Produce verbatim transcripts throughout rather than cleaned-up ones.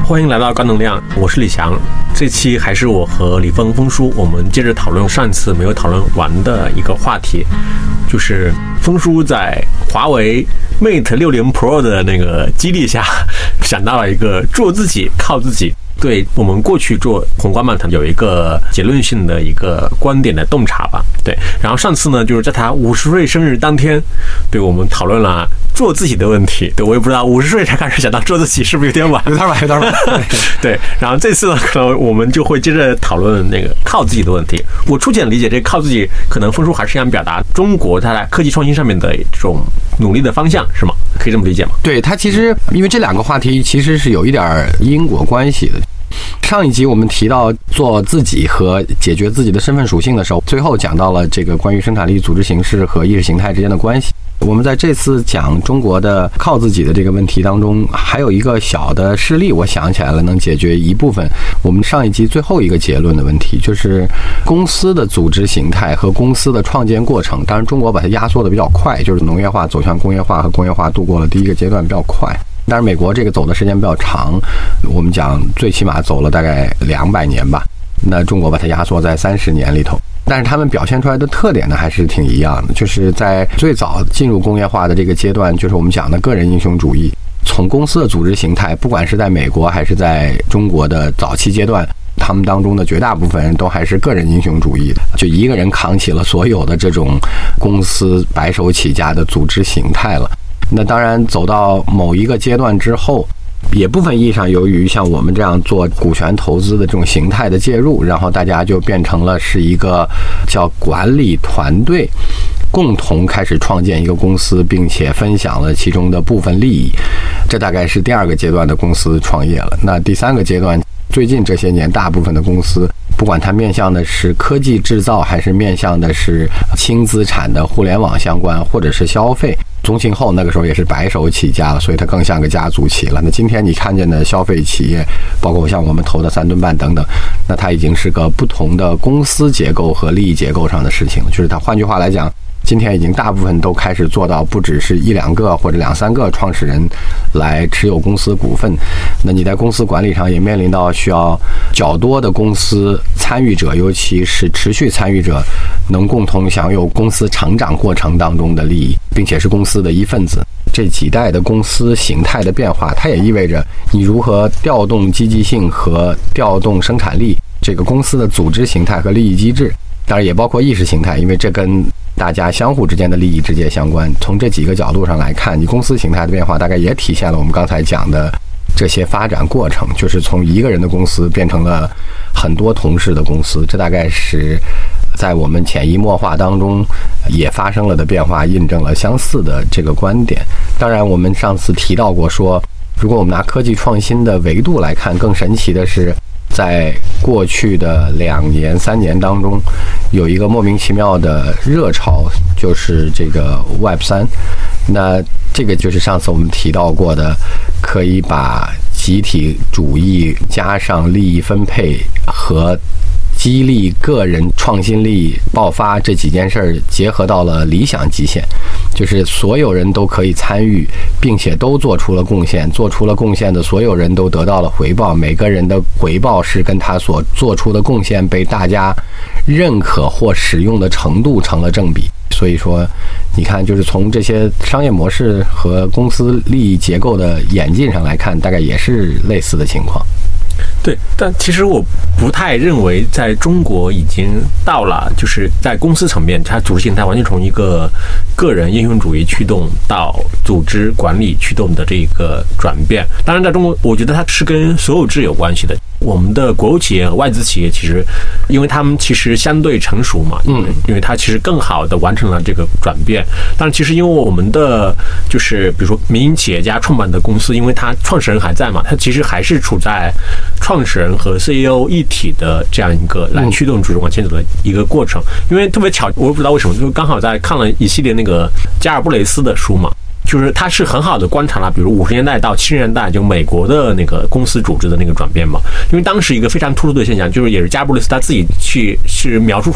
欢迎来到高能量，我是李翔。这期还是我和李峰峰叔，我们接着讨论上次没有讨论完的一个话题，就是峰叔在华为 Mate 六零 Pro 的那个激励下，想到了一个做自己靠自己，对我们过去做宏观漫谈有一个结论性的一个观点的洞察吧。对，然后上次呢，就是在他五十岁生日当天，对我们讨论了做自己的问题。对，我也不知道五十岁才开始想到做自己是不是有点晚， 有点晚，有点晚。 对，然后这次呢，可能我们就会接着讨论那个靠自己的问题。我初浅理解，这靠自己，可能峰叔还是想表达中国它在科技创新上面的这种努力的方向，是吗？可以这么理解吗？ 对，它其实因为这两个话题其实是有一点因果关系的。上一集我们提到做自己和解决自己的身份属性的时候，最后讲到了这个关于生产力、组织形式和意识形态之间的关系。我们在这次讲中国的靠自己的这个问题当中，还有一个小的事例，我想起来了，能解决一部分我们上一集最后一个结论的问题，就是公司的组织形态和公司的创建过程。当然，中国把它压缩的比较快，就是农业化走向工业化和工业化度过了第一个阶段比较快。但是美国这个走的时间比较长，我们讲最起码走了大概两百年吧。那中国把它压缩在三十年里头，但是他们表现出来的特点呢还是挺一样的，就是在最早进入工业化的这个阶段，就是我们讲的个人英雄主义。从公司的组织形态，不管是在美国还是在中国的早期阶段，他们当中的绝大部分人都还是个人英雄主义的，就一个人扛起了所有的这种公司白手起家的组织形态了。那当然走到某一个阶段之后，也部分意义上由于像我们这样做股权投资的这种形态的介入，然后大家就变成了是一个叫管理团队共同开始创建一个公司，并且分享了其中的部分利益。这大概是第二个阶段的公司创业了。那第三个阶段，最近这些年大部分的公司，不管它面向的是科技制造，还是面向的是轻资产的互联网相关，或者是消费，宗庆后那个时候也是白手起家了，所以它更像个家族企了。那今天你看见的消费企业，包括像我们投的三顿半等等，那它已经是个不同的公司结构和利益结构上的事情了。就是它换句话来讲，今天已经大部分都开始做到不只是一两个或者两三个创始人来持有公司股份，那你在公司管理上也面临到需要较多的公司参与者，尤其是持续参与者，能共同享有公司成长过程当中的利益，并且是公司的一份子。这几代的公司形态的变化，它也意味着你如何调动积极性和调动生产力，这个公司的组织形态和利益机制，当然也包括意识形态，因为这跟大家相互之间的利益直接相关。从这几个角度上来看，你公司形态的变化大概也体现了我们刚才讲的这些发展过程，就是从一个人的公司变成了很多同事的公司。这大概是在我们潜移默化当中也发生了的变化，印证了相似的这个观点。当然我们上次提到过说，如果我们拿科技创新的维度来看，更神奇的是在过去的两年三年当中，有一个莫名其妙的热潮，就是这个 Web 三。那这个就是上次我们提到过的，可以把集体主义加上利益分配和激励个人创新力爆发这几件事儿结合到了理想极限，就是所有人都可以参与，并且都做出了贡献，做出了贡献的所有人都得到了回报，每个人的回报是跟他所做出的贡献被大家认可或使用的程度成了正比。所以说你看，就是从这些商业模式和公司利益结构的演进上来看，大概也是类似的情况。 对，但其实我不太认为在中国已经到了，就是在公司层面，它组织形态完全从一个个人英雄主义驱动到组织管理驱动的这个转变。当然，在中国，我觉得它是跟所有制有关系的。我们的国有企业和外资企业，其实因为他们其实相对成熟嘛，嗯，因为它其实更好的完成了这个转变。但是其实因为我们的就是比如说民营企业家创办的公司，因为它创始人还在嘛，它其实还是处在创始人和 C E O 一体的这样一个来驱动组织往前走的一个过程。因为特别巧，我也不知道为什么，就刚好在看了一系列那个加尔布雷斯的书嘛。就是他是很好的观察了，比如五十年代到七十年代就美国的那个公司组织的那个转变嘛。因为当时一个非常突出的现象，就是也是加布雷斯他自己去是描述出来，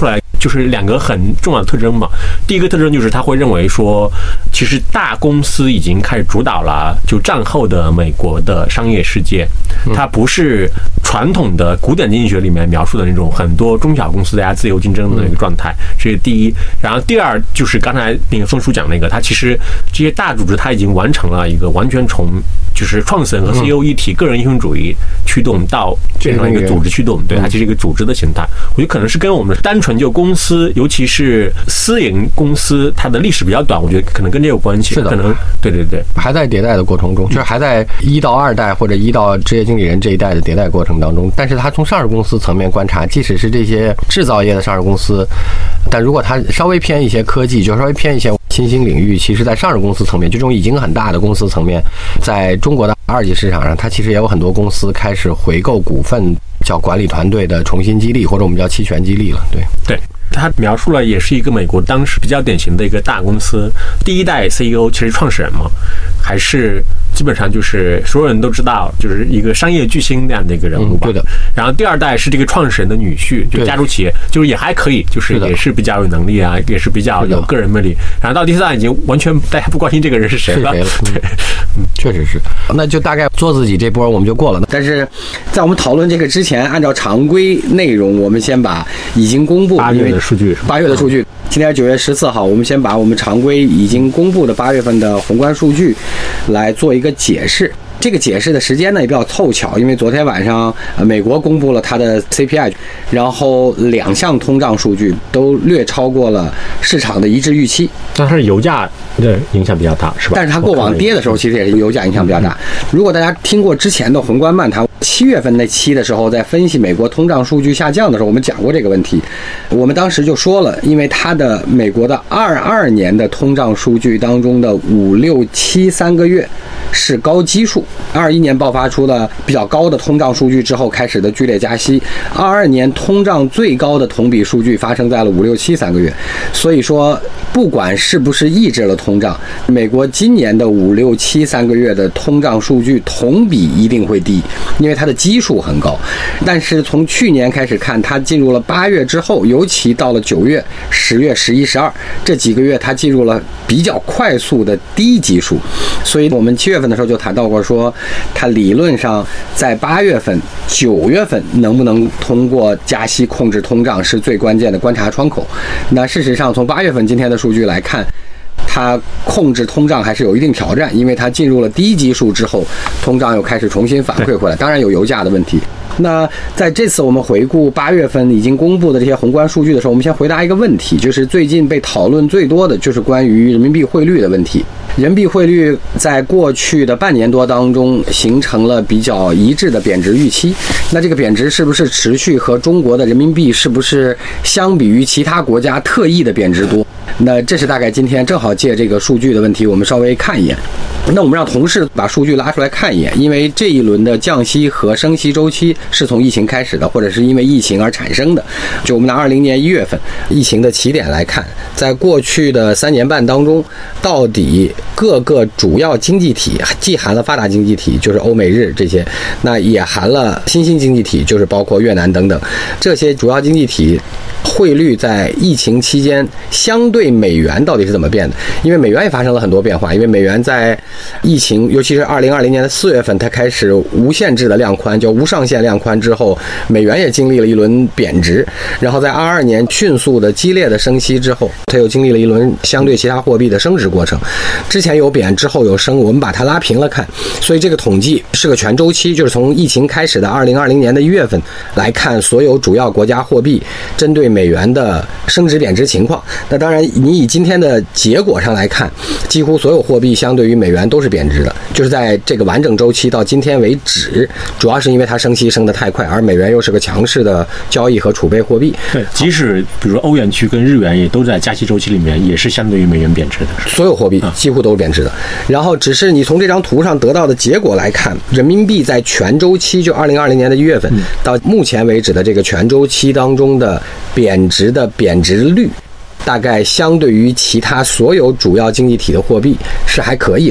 就是两个很重要的特征嘛。第一个特征就是他会认为说，其实大公司已经开始主导了就战后的美国的商业世界，它不是传统的古典经济学里面描述的那种很多中小公司大家自由竞争的一个状态，这是第一。然后第二就是刚才那个宋叔讲那个，他其实这些大组织他已经完成了一个完全从就是创始人和 C E O 一体个人英雄主义驱动到变成一个组织驱动，对，它其实一个组织的形态。我觉得可能是跟我们单纯就公司，尤其是私营公司，它的历史比较短，我觉得可能跟这有关系。 是的， 可能对对对， 还在迭代的过程中，就是还在一到二代或者一到职业经理人这一代的迭代过程当中。但是它从上市公司层面观察，即使是这些制造业的上市公司，但如果它稍微偏一些科技，就稍微偏一些新兴领域，其实在上市公司层面，就这种已经很大的公司层面，在中国的二级市场上，它其实也有很多公司开始回购股份，叫管理团队的重新激励，或者我们叫期权激励了。对对。他描述了也是一个美国当时比较典型的一个大公司，第一代 C E O 其实创始人嘛，还是基本上就是所有人都知道，就是一个商业巨星那样的一个人物吧。 嗯、对的。 然后第二代是这个创始人的女婿，就家族企业，就是也还可以，就是也是比较有能力啊，也是比较有个人魅力。然后到第四代已经完全大家不关心这个人是谁了。 是谁了？对，嗯，确实是。那就大概做自己这波我们就过了。但是在我们讨论这个之前，按照常规内容，我们先把已经公布八月的数据， 八月的数据。今天九月十四号，我们先把我们常规已经公布的八月份的宏观数据来做一个解释。这个解释的时间呢也比较凑巧，因为昨天晚上呃美国公布了它的 C P I， 然后两项通胀数据都略超过了市场的一致预期。 但是油价的影响比较大，是吧？ 但是它过往跌的时候，其实也是油价影响比较大。如果大家听过之前的宏观漫谈，七月份那期的时候，在分析美国通胀数据下降的时候，我们讲过这个问题。我们当时就说了，因为它的美国的二二年的通胀数据当中的五六七三个月是高基数，二一年爆发出了比较高的通胀数据之后开始的剧烈加息，二二年通胀最高的同比数据发生在了五六七三个月。所以说，不管是不是抑制了通胀，美国今年的五六七三个月的通胀数据同比一定会低，因为它的基数很高。但是从去年开始看，它进入了八月之后，尤其到了九月、十月、十一、十二这几个月，它进入了比较快速的低基数。所以我们七月份的时候就谈到过说，它理论上在八月份、九月份能不能通过加息控制通胀是最关键的观察窗口。那事实上，从八月份今天的数据来看，它控制通胀还是有一定挑战，因为它进入了低基数之后，通胀又开始重新反馈回来，当然有油价的问题。那在这次我们回顾八月份已经公布的这些宏观数据的时候，我们先回答一个问题，就是最近被讨论最多的就是关于人民币汇率的问题。人民币汇率在过去的半年多当中形成了比较一致的贬值预期，那这个贬值是不是持续和中国的人民币是不是相比于其他国家特异的贬值多？那这是大概今天正好借这个数据的问题，我们稍微看一眼。那我们让同事把数据拉出来看一眼，因为这一轮的降息和升息周期是从疫情开始的，或者是因为疫情而产生的。就我们拿二零年一月份疫情的起点来看，在过去的三年半当中，到底各个主要经济体，既含了发达经济体，就是欧美日这些，那也含了新兴经济体，就是包括越南等等，这些主要经济体汇率在疫情期间相对美元到底是怎么变的？因为美元也发生了很多变化，因为美元在疫情，尤其是二零二零年的四月份，它开始无限制的量宽，叫无上限量宽之后，美元也经历了一轮贬值，然后在二二年迅速的激烈的升息之后，它又经历了一轮相对其他货币的升值过程。之前有贬，之后有升，我们把它拉平了看，所以这个统计是个全周期，就是从疫情开始的二零二零年的一月份来看，所有主要国家货币针对美元的升值贬值情况。那当然，你以今天的结果上来看，几乎所有货币相对于美元都是贬值的，就是在这个完整周期到今天为止，主要是因为它升息升得太快，而美元又是个强势的交易和储备货币。 对，即使比如说欧元区跟日元也都在加息周期里面，也是相对于美元贬值的， 所有货币几乎都是贬值的。然后只是你从这张图上得到的结果来看，人民币在全周期，就二零二零年的一月份到目前为止的这个全周期当中的贬值的贬值率，大概相对于其他所有主要经济体的货币是还可以的。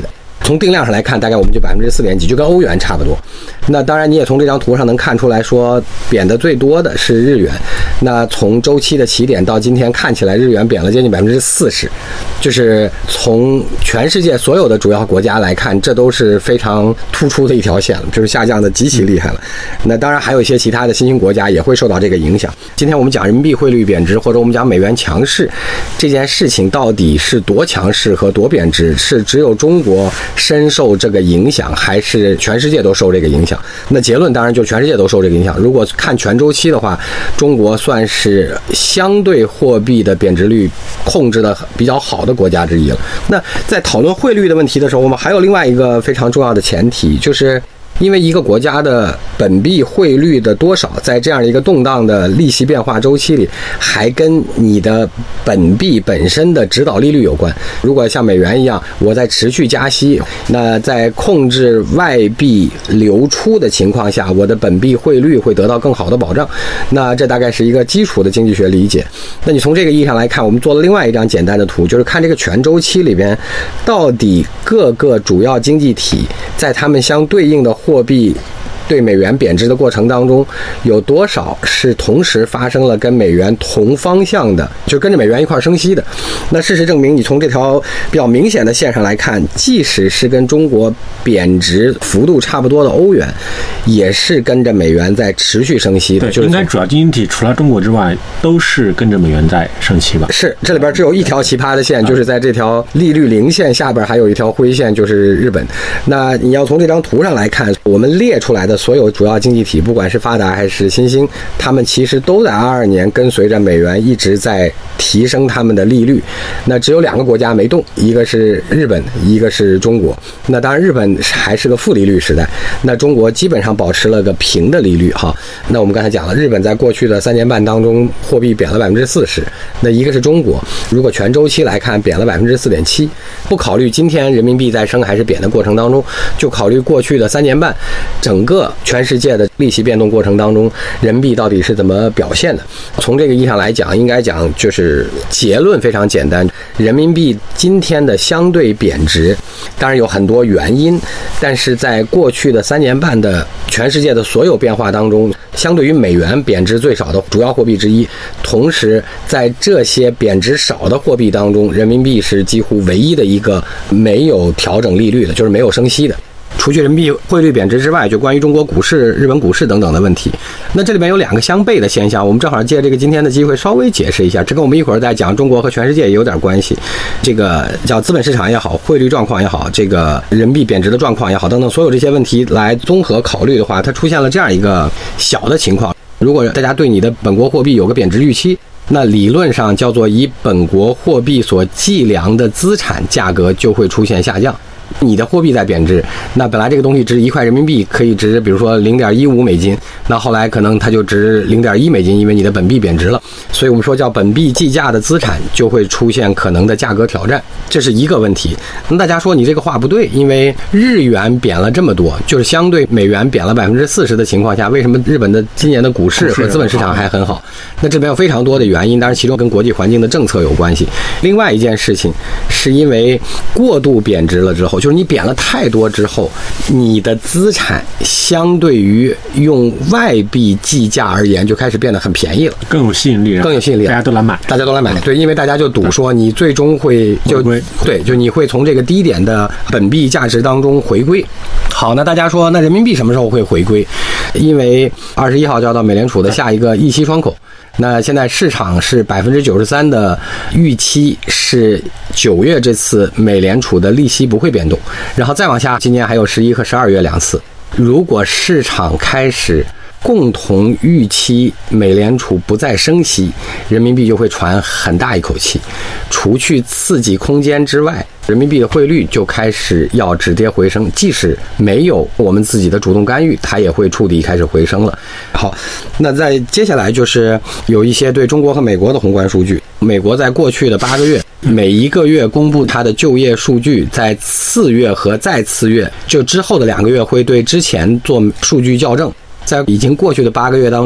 从定量上来看，大概我们就百分之四点几，就跟欧元差不多。那当然，你也从这张图上能看出来说，贬的最多的是日元。那从周期的起点到今天，看起来日元贬了接近百分之四十，就是从全世界所有的主要国家来看，这都是非常突出的一条线了，就是下降的极其厉害了。那当然还有一些其他的新兴国家也会受到这个影响。今天我们讲人民币汇率贬值，或者我们讲美元强势这件事情，到底是多强势和多贬值？是只有中国深受这个影响，还是全世界都受这个影响？那结论当然就是全世界都受这个影响。如果看全周期的话，中国算是相对货币的贬值率控制的比较好的国家之一了。那在讨论汇率的问题的时候，我们还有另外一个非常重要的前提，就是因为一个国家的本币汇率的多少，在这样一个动荡的利息变化周期里，还跟你的本币本身的指导利率有关。如果像美元一样，我在持续加息，那在控制外币流出的情况下，我的本币汇率会得到更好的保障。那这大概是一个基础的经济学理解。那你从这个意义上来看，我们做了另外一张简单的图，就是看这个全周期里边，到底各个主要经济体在他们相对应的货币对美元贬值的过程当中，有多少是同时发生了跟美元同方向的，就跟着美元一块升息的。那事实证明，你从这条比较明显的线上来看，即使是跟中国贬值幅度差不多的欧元，也是跟着美元在持续升息的。 对，就是应该主要经济体除了中国之外，都是跟着美元在升息吧？ 是，这里边只有一条奇葩的线，就是在这条利率零线下边还有一条灰线，就是日本。那你要从这张图上来看，我们列出来的所有主要经济体，不管是发达还是新兴，他们其实都在二二年跟随着美元一直在提升他们的利率。那只有两个国家没动，一个是日本，一个是中国。那当然日本还是个负利率时代，那中国基本上保持了个平的利率哈。那我们刚才讲了，日本在过去的三年半当中货币贬了百分之四十，那一个是中国，如果全周期来看贬了百分之四点七，不考虑今天人民币在升还是贬的过程当中，就考虑过去的三年半整个全世界的利息变动过程当中，人民币到底是怎么表现的？从这个意义上来讲，应该讲就是结论非常简单，人民币今天的相对贬值，当然有很多原因，但是在过去的三年半的全世界的所有变化当中，相对于美元贬值最少的主要货币之一。同时，在这些贬值少的货币当中，人民币是几乎唯一的一个没有调整利率的，就是没有升息的。除去人民币汇率贬值之外，就关于中国股市、日本股市等等的问题。那这里面有两个相悖的现象，我们正好借这个今天的机会稍微解释一下，这跟我们一会儿再讲中国和全世界也有点关系。这个叫资本市场也好，汇率状况也好，这个人民币贬值的状况也好，等等所有这些问题来综合考虑的话，它出现了这样一个小的情况。如果大家对你的本国货币有个贬值预期，那理论上叫做以本国货币所计量的资产价格就会出现下降。你的货币在贬值，那本来这个东西值一块人民币可以值比如说零点一五美金，那后来可能它就值零点一美金，因为你的本币贬值了。所以我们说叫本币计价的资产就会出现可能的价格挑战，这是一个问题。那大家说你这个话不对，因为日元贬了这么多，就是相对美元贬了百分之四十的情况下，为什么日本的今年的股市和资本市场还很好？那这边有非常多的原因，当然其中跟国际环境的政策有关系。另外一件事情是因为过度贬值了之后，就是你贬了太多之后，你的资产相对于用外币计价而言就开始变得很便宜了， 更有吸引力， 更有吸引力， 大家都来买， 大家都来买，对，因为大家就赌说你最终会就对，就你会从这个低点的本币价值当中回归。好，那大家说，那人民币什么时候会回归？因为二十一号就要到美联储的下一个议息窗口。那现在市场是百分之九十三的预期是九月这次美联储的利息不会变动，然后再往下，今年还有十一和十二月两次。如果市场开始共同预期美联储不再升息，人民币就会喘很大一口气。除去刺激空间之外，人民币的汇率就开始要止跌回升，即使没有我们自己的主动干预，它也会触底开始回升了。好，那在接下来就是有一些对中国和美国的宏观数据。美国在过去的八个月，每一个月公布它的就业数据，在次月和再次月，就之后的两个月会对之前做数据校正。在已经过去的八个月当中，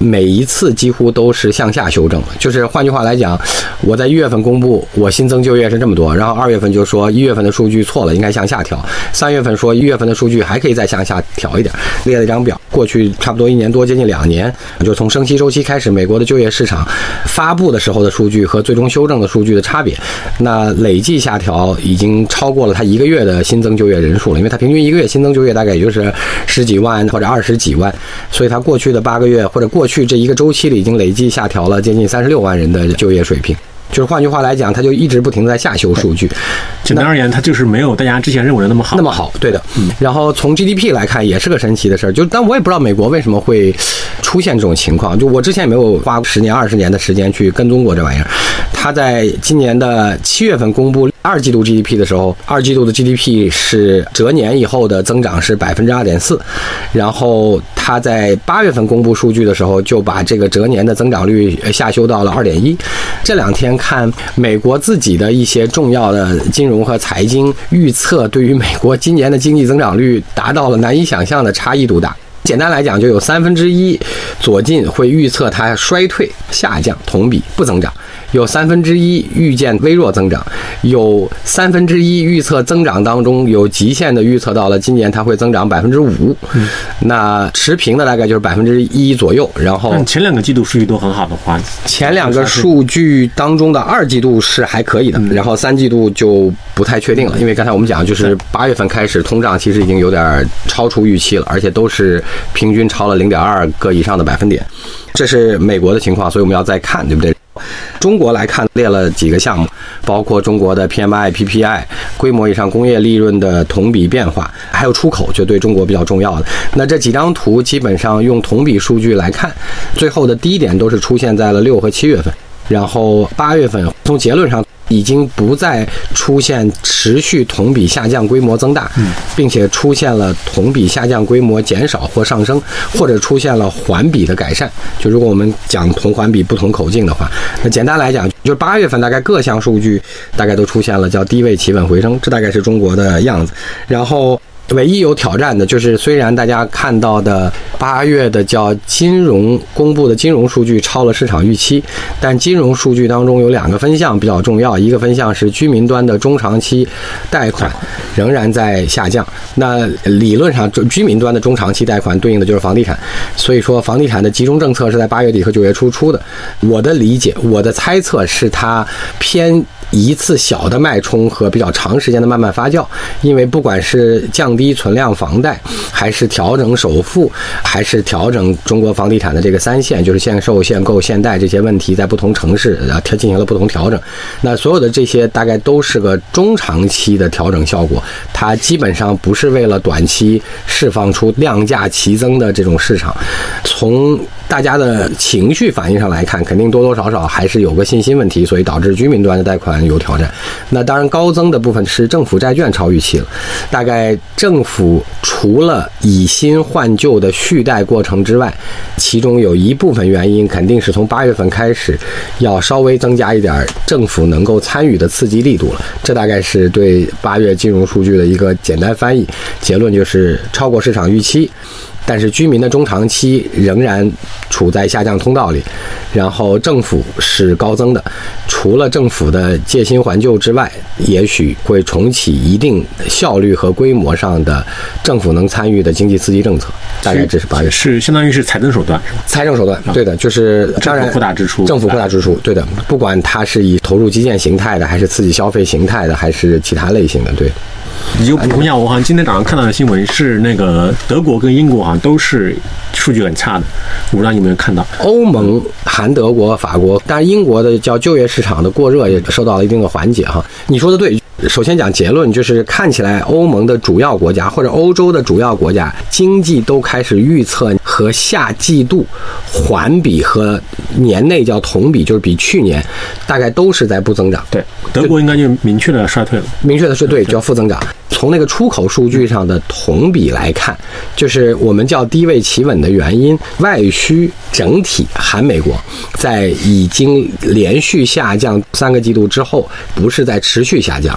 每一次几乎都是向下修正的。就是换句话来讲，我在一月份公布我新增就业是这么多，然后二月份就说一月份的数据错了，应该向下调，三月份说一月份的数据还可以再向下调一点，列了一张表。过去差不多一年多，接近两年，就从升息周期开始，美国的就业市场发布的时候的数据和最终修正的数据的差别，那累计下调已经超过了它一个月的新增就业人数了，因为它平均一个月新增就业大概也就是十几万或者二十几万，所以它过去的八个月或者过去这一个周期里已经累计下调了接近三十六万人的就业水平。就是换句话来讲，它就一直不停地在下修数据。 简单而言，它就是没有大家之前认为的那么好。 那么好，对的。嗯。然后从 G D P 来看，也是个神奇的事儿。就但我也不知道美国为什么会出现这种情况。就我之前也没有花十年、二十年的时间去跟踪过这玩意儿。它在今年的七月份公布二季度 G D P 的时候，二季度的 G D P 是折年以后的增长是百分之二点四，然后它在八月份公布数据的时候，就把这个折年的增长率下修到了二点一。这两天看美国自己的一些重要的金融和财经预测，对于美国今年的经济增长率达到了难以想象的差异度大。简单来讲，就有三分之一左近会预测它衰退下降，同比不增长；有三分之一预见微弱增长；有三分之一预测增长当中有极限的预测到了今年它会增长百分之五。那持平的大概就是百分之一左右。然后前两个季度数据都很好的话， 前两个数据当中的二季度是还可以的，然后三季度就不太确定了，因为刚才我们讲就是八月份开始通胀其实已经有点超出预期了，而且都是平均超了 零点二 个以上的百分点。这是美国的情况，所以我们要再看，对不对？中国来看列了几个项目，包括中国的 P M I、P P I、规模以上工业利润的同比变化，还有出口，就对中国比较重要的。那这几张图基本上用同比数据来看，最后的低点都是出现在了六和七月份，然后八月份从结论上已经不再出现持续同比下降规模增大，并且出现了同比下降规模减少或上升，或者出现了环比的改善。就如果我们讲同环比不同口径的话，那简单来讲，就是八月份大概各项数据大概都出现了叫低位企稳回升，这大概是中国的样子。然后唯一有挑战的就是，虽然大家看到的八月的叫金融公布的金融数据超了市场预期，但金融数据当中有两个分项比较重要，一个分项是居民端的中长期贷款仍然在下降，那理论上居民端的中长期贷款对应的就是房地产，所以说房地产的集中政策是在八月底和九月初出的。我的理解，我的猜测是它偏一次小的脉冲和比较长时间的慢慢发酵，因为不管是降低存量房贷，还是调整首付，还是调整中国房地产的这个三线，就是限售、限购、限贷这些问题，在不同城市啊进行了不同调整。那所有的这些大概都是个中长期的调整效果，它基本上不是为了短期释放出量价齐增的这种市场。从大家的情绪反应上来看，肯定多多少少还是有个信心问题，所以导致居民端的贷款有挑战。那当然高增的部分是政府债券超预期了，大概政府除了以新换旧的续贷过程之外，其中有一部分原因肯定是从八月份开始要稍微增加一点政府能够参与的刺激力度了，这大概是对八月金融数据的一个简单翻译。结论就是超过市场预期，但是居民的中长期仍然处在下降通道里，然后政府是高增的，除了政府的借新还旧之外，也许会重启一定效率和规模上的政府能参与的经济刺激政策。大概这是八月， 是相当于是财政手段，是吧？ 财政手段，对的，就是当然政府扩大支出， 政府扩大支出，对的，不管它是以投入基建形态的，还是刺激消费形态的，还是其他类型的，对。 你就补充一下，我好像今天早上看到的新闻是，那个德国跟英国好像都是数据很差的，我不知道你有没有看到。 欧盟含德国、法国，当然英国的叫就业市场的过热也受到了一定的缓解哈。你说的对。首先讲结论，就是看起来欧盟的主要国家或者欧洲的主要国家经济都开始预测和下季度环比和年内叫同比，就是比去年大概都是在不增长。 对，德国应该就明确的衰退了， 明确的是对，叫负增长。从那个出口数据上的同比来看，就是我们叫低位企稳的原因，外需整体含美国在已经连续下降三个季度之后，不是在持续下降了。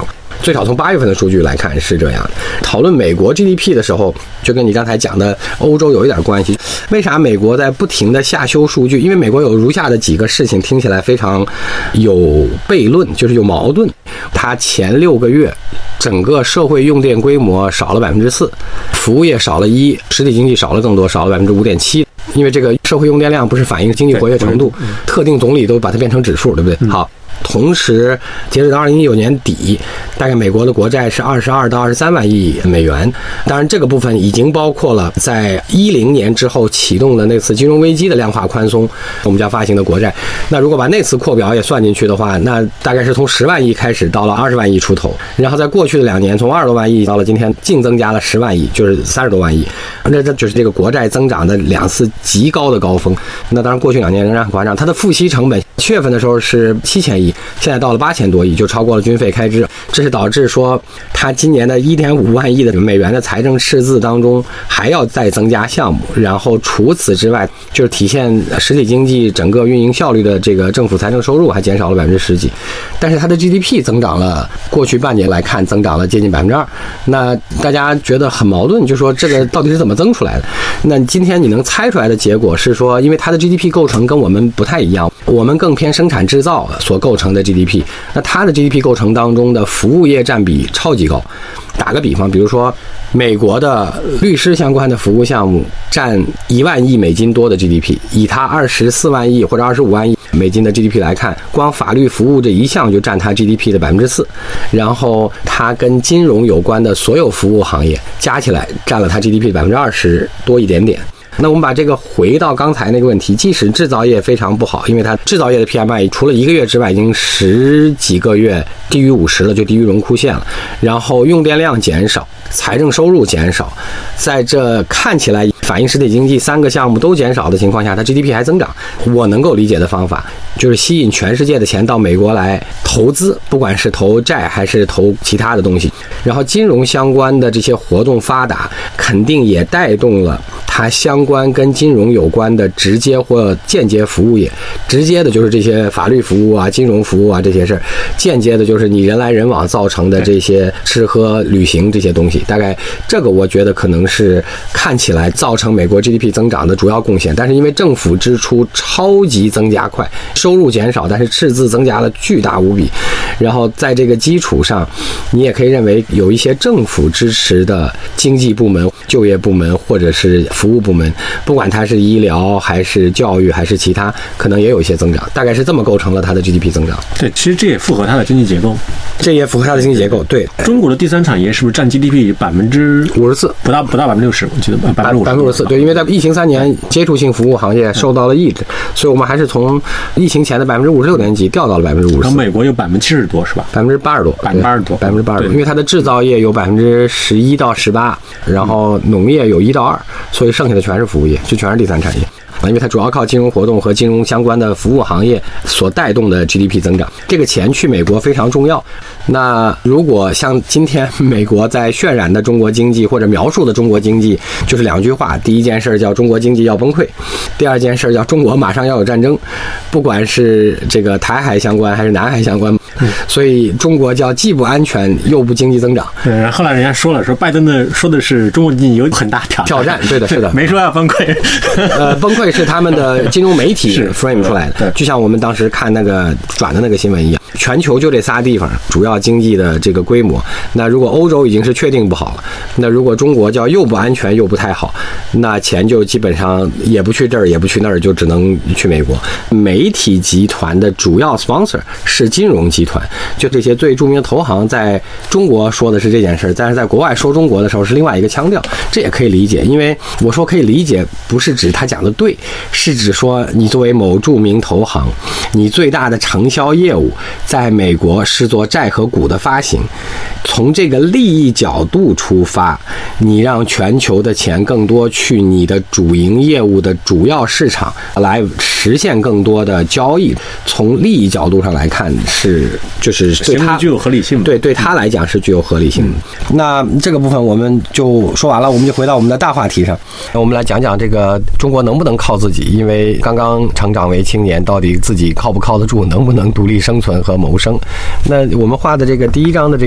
最少从八月份的数据来看是这样的。讨论美国 G D P 的时候，就跟你刚才讲的欧洲有一点关系。为啥美国在不停的下修数据？因为美国有如下的几个事情听起来非常有悖论，就是有矛盾。它前六个月整个社会用电规模少了百分之四，服务业少了一，实体经济少了更多，少了百分之五点七。因为这个社会用电量不是反映经济活跃程度，特定总理都把它变成指数，对不对？好。同时，截止到二零一九年底，大概美国的国债是二十二到二十三万亿美元。当然，这个部分已经包括了在一零年之后启动的那次金融危机的量化宽松，我们叫发行的国债。那如果把那次扩表也算进去的话，那大概是从十万亿开始到了二十万亿出头。然后在过去的两年，从二十多万亿到了今天净增加了十万亿，就是三十多万亿。那这就是这个国债增长的两次极高的高峰。那当然，过去两年仍然很夸张，它的付息成本七月份的时候是七千亿。现在到了八千多亿，就超过了军费开支，这是导致说他今年的一点五万亿的美元的财政赤字当中还要再增加项目，然后除此之外，就是体现实体经济整个运营效率的这个政府财政收入还减少了百分之十几，但是它的 G D P 增长了，过去半年来看增长了接近百分之二。那大家觉得很矛盾，就说这个到底是怎么增出来的？那今天你能猜出来的结果是说，因为它的 G D P 构成跟我们不太一样，我们更偏生产制造所构成的 G D P， 那它的 G D P 构成当中的服务业占比超级高。打个比方，比如说美国的律师相关的服务项目占一万亿美金多的 G D P， 以它二十四万亿或者二十五万亿美金的 G D P 来看，光法律服务这一项就占它 G D P 的百分之四，然后它跟金融有关的所有服务行业加起来占了它 G D P 的百分之二十多一点点。那我们把这个回到刚才那个问题，即使制造业非常不好，因为它制造业的 P M I 除了一个月之外已经十几个月低于五十了，就低于荣枯线了，然后用电量减少，财政收入减少，在这看起来反映实体经济三个项目都减少的情况下，它 G D P 还增长。我能够理解的方法就是吸引全世界的钱到美国来投资，不管是投债还是投其他的东西，然后金融相关的这些活动发达，肯定也带动了它相关跟金融有关的直接或间接服务业。直接的就是这些法律服务啊、金融服务啊这些事儿，间接的就是你人来人往造成的这些吃喝旅行这些东西。大概这个我觉得可能是看起来造成美国 G D P 增长的主要贡献。但是因为政府支出超级增加快，收入减少，但是赤字增加了巨大无比，然后在这个基础上，你也可以认为有一些政府支持的经济部门、就业部门或者是服务部门，不管它是医疗还是教育还是其他，可能也有一些增长，大概是这么构成了它的 G D P 增长。 对，其实这也符合它的经济结构， 这也符合它的经济结构。对， 中国的第三产业是不是占 G D P 百分之五十四， 不到不到百分之六十？我记得百分之百分之五十四。对，因为在疫情三年，接触性服务行业受到了抑制，所以我们还是从疫情前的百分之五十六点几掉到了百分之五十四。 美国有百分之七十多是吧？ 百分之八十多， 百分之八十多， 百分之八十多。因为它的制造业有百分之十一到十八，然后农业有一到二，所以剩下的全是服务业，就全是第三产业。因为它主要靠金融活动和金融相关的服务行业所带动的 G D P 增长，这个钱去美国非常重要。那如果像今天美国在渲染的中国经济或者描述的中国经济，就是两句话：第一件事叫中国经济要崩溃，第二件事叫中国马上要有战争，不管是这个台海相关还是南海相关，所以中国叫既不安全又不经济增长。 对，然后后来人家说了，说拜登的说的是中国经济有很大挑战， 挑战，对的，是的， 没说要崩溃。 呃，崩溃是他们的金融媒体 frame 出来的，就像我们当时看那个转的那个新闻一样，全球就这仨地方主要经济的这个规模。那如果欧洲已经是确定不好了，那如果中国叫又不安全又不太好，那钱就基本上也不去这儿也不去那儿，就只能去美国。媒体集团的主要 sponsor 是金融集团，就这些最著名的投行在中国说的是这件事，但是在国外说中国的时候是另外一个腔调，这也可以理解。因为我说可以理解，不是指他讲的对，是指说你作为某著名投行，你最大的承销业务在美国是做债和股的发行，从这个利益角度出发，你让全球的钱更多去你的主营业务的主要市场来实现更多的交易，从利益角度上来看是就是对他具有合理性， 对对他来讲是具有合理性的。嗯、那这个部分我们就说完了，我们就回到我们的大话题上，我们来讲讲这个中国能不能靠自己，因为刚刚成长为青年，到底自己靠不靠得住，能不能独立生存和谋生。那我们画的这个第一张的这个 P P T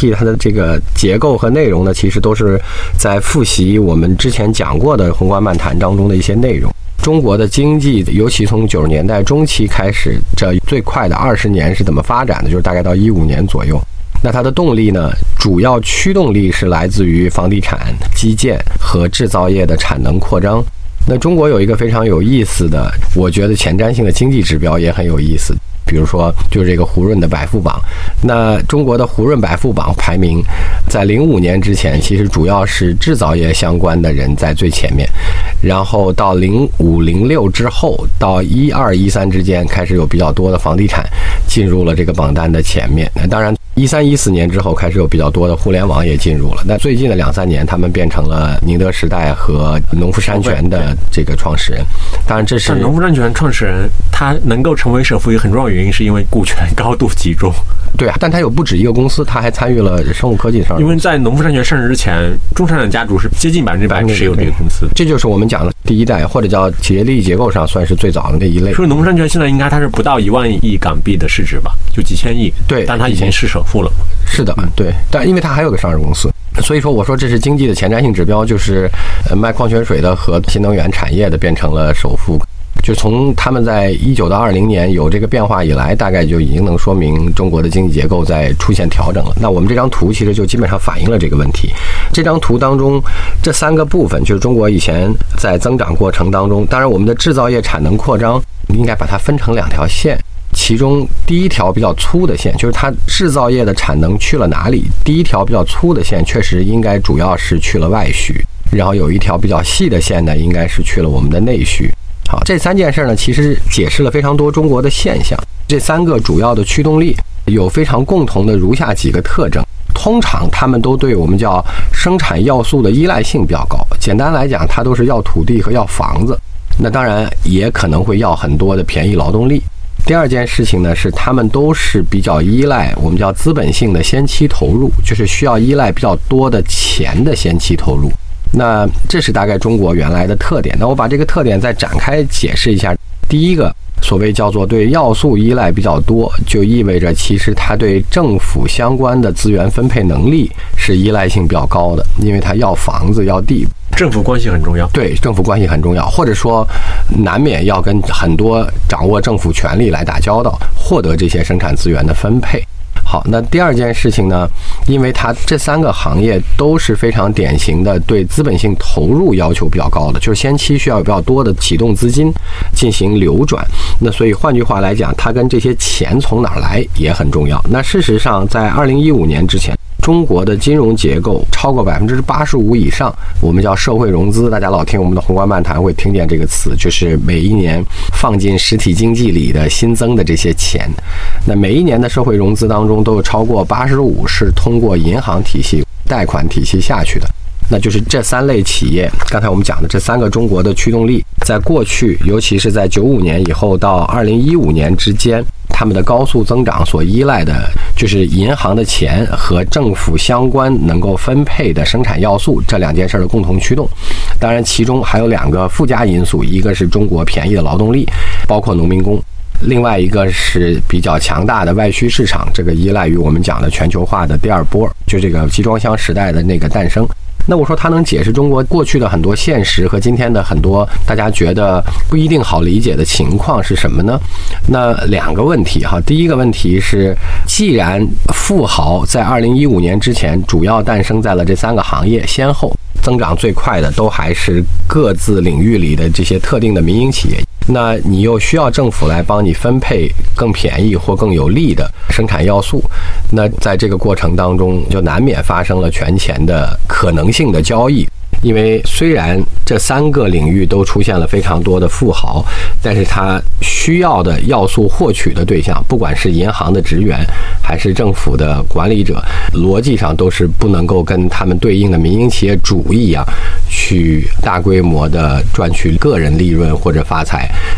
T 它的这个结构和内容呢，其实都是在复习我们之前讲过的宏观漫谈当中的一些内容。中国的经济，尤其从九十年代中期开始，这最快的二十年是怎么发展的？就是大概到一五年左右。那它的动力呢，主要驱动力是来自于房地产、基建和制造业的产能扩张。那中国有一个非常有意思的，我觉得前瞻性的经济指标也很有意思。比如说，就是这个胡润的百富榜。那中国的胡润百富榜排名，在零五年之前，其实主要是制造业相关的人在最前面，然后到零五零六之后，到一二一三之间，开始有比较多的房地产进入了这个榜单的前面。那当然，一三一四年之后，开始有比较多的互联网也进入了。那最近的两三年，他们变成了宁德时代和农夫山泉的这个创始人。当然，这是农夫山泉创始人，他能够成为首富一个很重要原因，是因为股权高度集中。 对啊，但他有不止一个公司，他还参与了生物科技上。 因为在农夫山泉上市之前，中山人家族是接近百分之百持有这个公司。 这就是我们讲的第一代，或者叫企业利益结构上算是最早的那一类。 所以农夫山泉现在应该它是不到一万亿港币的市值吧，就几千亿。 对， 但它已经是首富了。 是的，对，但因为它还有个上市公司，所以说我说这是经济的前瞻性指标，就是呃卖矿泉水的和新能源产业的变成了首富。就从他们在一九到二零年有这个变化以来，大概就已经能说明中国的经济结构在出现调整了。那我们这张图其实就基本上反映了这个问题。这张图当中这三个部分，就是中国以前在增长过程当中，当然我们的制造业产能扩张应该把它分成两条线，其中第一条比较粗的线，就是它制造业的产能去了哪里。第一条比较粗的线确实应该主要是去了外需，然后有一条比较细的线呢，应该是去了我们的内需。好，这三件事呢，其实解释了非常多中国的现象。这三个主要的驱动力有非常共同的如下几个特征。通常他们都对我们叫生产要素的依赖性比较高。简单来讲，它都是要土地和要房子。那当然也可能会要很多的便宜劳动力。第二件事情呢，是他们都是比较依赖我们叫资本性的先期投入，就是需要依赖比较多的钱的先期投入。那这是大概中国原来的特点。那我把这个特点再展开解释一下。第一个，所谓叫做对要素依赖比较多，就意味着其实它对政府相关的资源分配能力是依赖性比较高的，因为它要房子要地， 政府关系很重要。 对，政府关系很重要，或者说难免要跟很多掌握政府权力来打交道，获得这些生产资源的分配。好，那第二件事情呢，因为它这三个行业都是非常典型的对资本性投入要求比较高的，就是先期需要有比较多的启动资金进行流转。那所以换句话来讲，它跟这些钱从哪儿来也很重要。那事实上，在二零一五年之前，中国的金融结构超过百分之八十五以上，我们叫社会融资。大家老听我们的宏观漫谈会听见这个词，就是每一年放进实体经济里的新增的这些钱。那每一年的社会融资当中，都有超过八十五是通过银行体系、贷款体系下去的。那就是这三类企业，刚才我们讲的这三个中国的驱动力，在过去，尤其是在九五年以后到二零一五年之间，他们的高速增长所依赖的就是银行的钱和政府相关能够分配的生产要素这两件事的共同驱动。当然，其中还有两个附加因素，一个是中国便宜的劳动力，包括农民工。另外一个是比较强大的外需市场，这个依赖于我们讲的全球化的第二波，就这个集装箱时代的那个诞生。那我说它能解释中国过去的很多现实和今天的很多大家觉得不一定好理解的情况是什么呢？那两个问题哈。第一个问题是，既然富豪在二零一五年之前主要诞生在了这三个行业，先后增长最快的都还是各自领域里的这些特定的民营企业，那你又需要政府来帮你分配更便宜或更有利的生产要素，那在这个过程当中就难免发生了权钱的可能性的交易。因为虽然这三个领域都出现了非常多的富豪，但是他需要的要素获取的对象，不管是银行的职员还是政府的管理者，逻辑上都是不能够跟他们对应的民营企业主一样去大规模的赚取个人利润或者发财。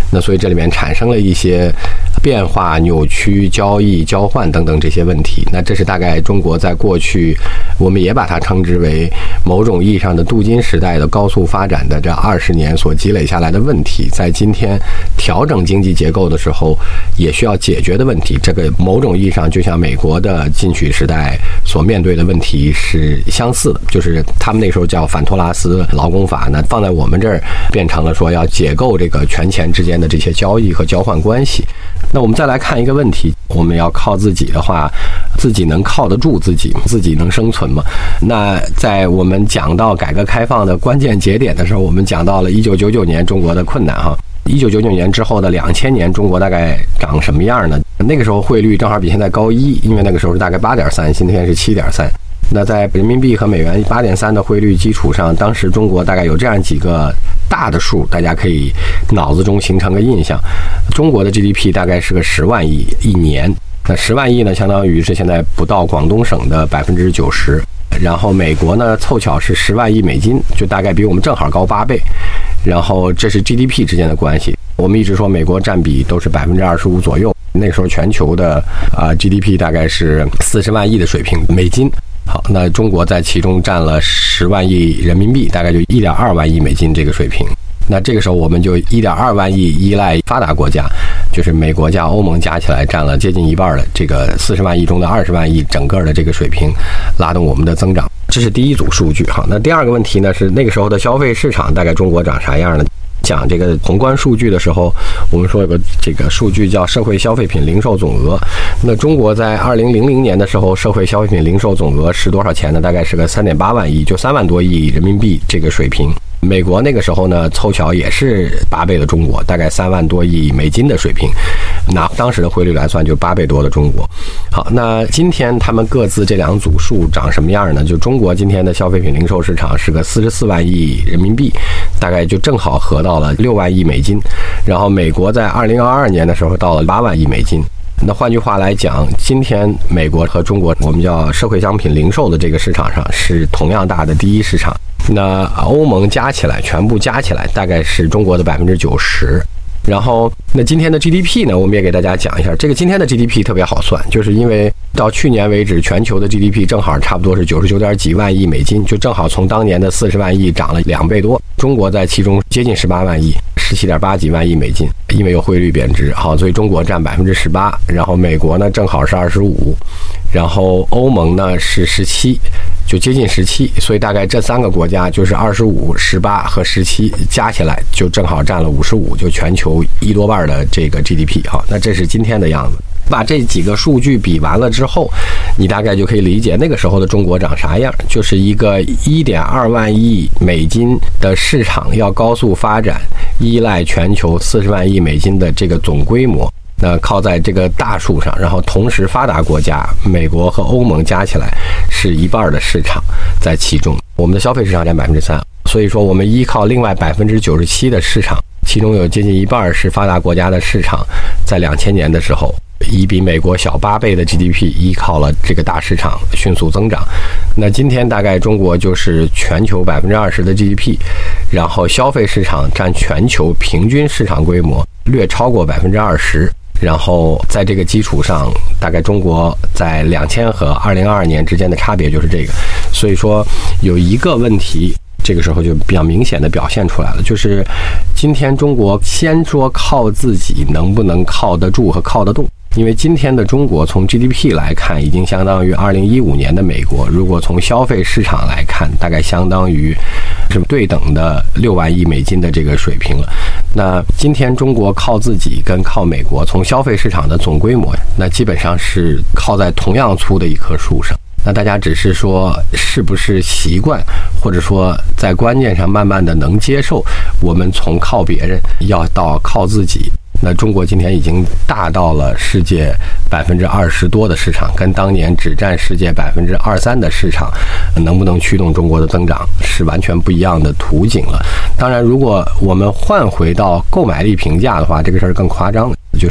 那所以这里面产生了一些变化、扭曲、交易、交换等等这些问题。那这是大概中国在过去，我们也把它称之为某种意义上的镀金时代的高速发展的这二十年所积累下来的问题，在今天调整经济结构的时候也需要解决的问题。这个某种意义上就像美国的进取时代所面对的问题是相似的，就是他们那时候叫反托拉斯劳工法，那放在我们这儿变成了说要解构这个权钱之间的这些交易和交换关系。那我们再来看一个问题，我们要靠自己的话，自己能靠得住自己，自己能生存吗？那在我们讲到改革开放的关键节点的时候，我们讲到了一九九九年中国的困难哈。一九九九年之后的两千年，中国大概长什么样呢？那个时候汇率正好比现在高一，因为那个时候是大概八点三，今天是七点三。那在人民币和美元八点三的汇率基础上，当时中国大概有这样几个大的数，大家可以脑子中形成个印象。中国的 G D P 大概是个十万亿一年，那十万亿呢，相当于是现在不到广东省的百分之九十。然后美国呢，凑巧是十万亿美金，就大概比我们正好高八倍。然后这是 G D P 之间的关系。我们一直说美国占比都是百分之二十五左右，那时候全球的啊、呃、G D P 大概是四十万亿的水平美金。好，那中国在其中占了十万亿人民币，大概就一点二万亿美金这个水平。那这个时候我们就一点二万亿依赖发达国家，就是美国加欧盟加起来占了接近一半的这个四十万亿中的二十万亿整个的这个水平，拉动我们的增长。这是第一组数据哈。那第二个问题呢是那个时候的消费市场大概中国长啥样呢？讲这个宏观数据的时候，我们说有个这个数据叫社会消费品零售总额。那中国在二零零零年的时候，社会消费品零售总额是多少钱呢？大概是个三点八万亿，就三万多亿人民币这个水平。美国那个时候呢，凑巧也是八倍的中国，大概三万多亿美金的水平，拿当时的汇率来算，就八倍多的中国。好，那今天他们各自这两组数长什么样呢？就中国今天的消费品零售市场是个四十四万亿人民币，大概就正好合到了六万亿美金。然后美国在二零二二年的时候到了八万亿美金。那换句话来讲，今天美国和中国我们叫社会商品零售的这个市场上是同样大的第一市场。那欧盟加起来，全部加起来大概是中国的百分之九十。然后，那今天的 G D P 呢，我们也给大家讲一下。这个今天的 G D P 特别好算，就是因为到去年为止，全球的 G D P 正好差不多是九十九点几万亿美金，就正好从当年的四十万亿涨了两倍多。中国在其中接近十八万亿，十七点八几万亿美金，因为有汇率贬值，好，所以中国占百分之十八，然后美国呢正好是二十五，然后欧盟呢是十七。就接近十七，所以大概这三个国家就是二十五、十八和十七加起来就正好占了五十五，就全球一多半的这个 G D P 哈。那这是今天的样子。把这几个数据比完了之后，你大概就可以理解那个时候的中国长啥样，就是一个一点二万亿美金的市场要高速发展，依赖全球四十万亿美金的这个总规模。那靠在这个大树上，然后同时发达国家美国和欧盟加起来是一半的市场在其中，我们的消费市场占百分之三，所以说我们依靠另外百分之九十七的市场，其中有接近一半是发达国家的市场，在两千年的时候以比美国小八倍的 G D P 依靠了这个大市场迅速增长。那今天大概中国就是全球百分之二十的 G D P， 然后消费市场占全球平均市场规模略超过百分之二十。然后在这个基础上，大概中国在两千和二零二二年之间的差别就是这个。所以说有一个问题，这个时候就比较明显的表现出来了，就是今天中国先说靠自己能不能靠得住和靠得动。因为今天的中国从 G D P 来看，已经相当于二零一五年的美国；如果从消费市场来看，大概相当于是对等的六万亿美金的这个水平了。那今天中国靠自己跟靠美国，从消费市场的总规模，那基本上是靠在同样粗的一棵树上。那大家只是说是不是习惯，或者说在观念上慢慢的能接受，我们从靠别人要到靠自己。那中国今天已经大到了世界百分之二十多的市场，跟当年只占世界百分之二三的市场，能不能驱动中国的增长是完全不一样的图景了。当然，如果我们换回到购买力评价的话，这个事儿更夸张，就是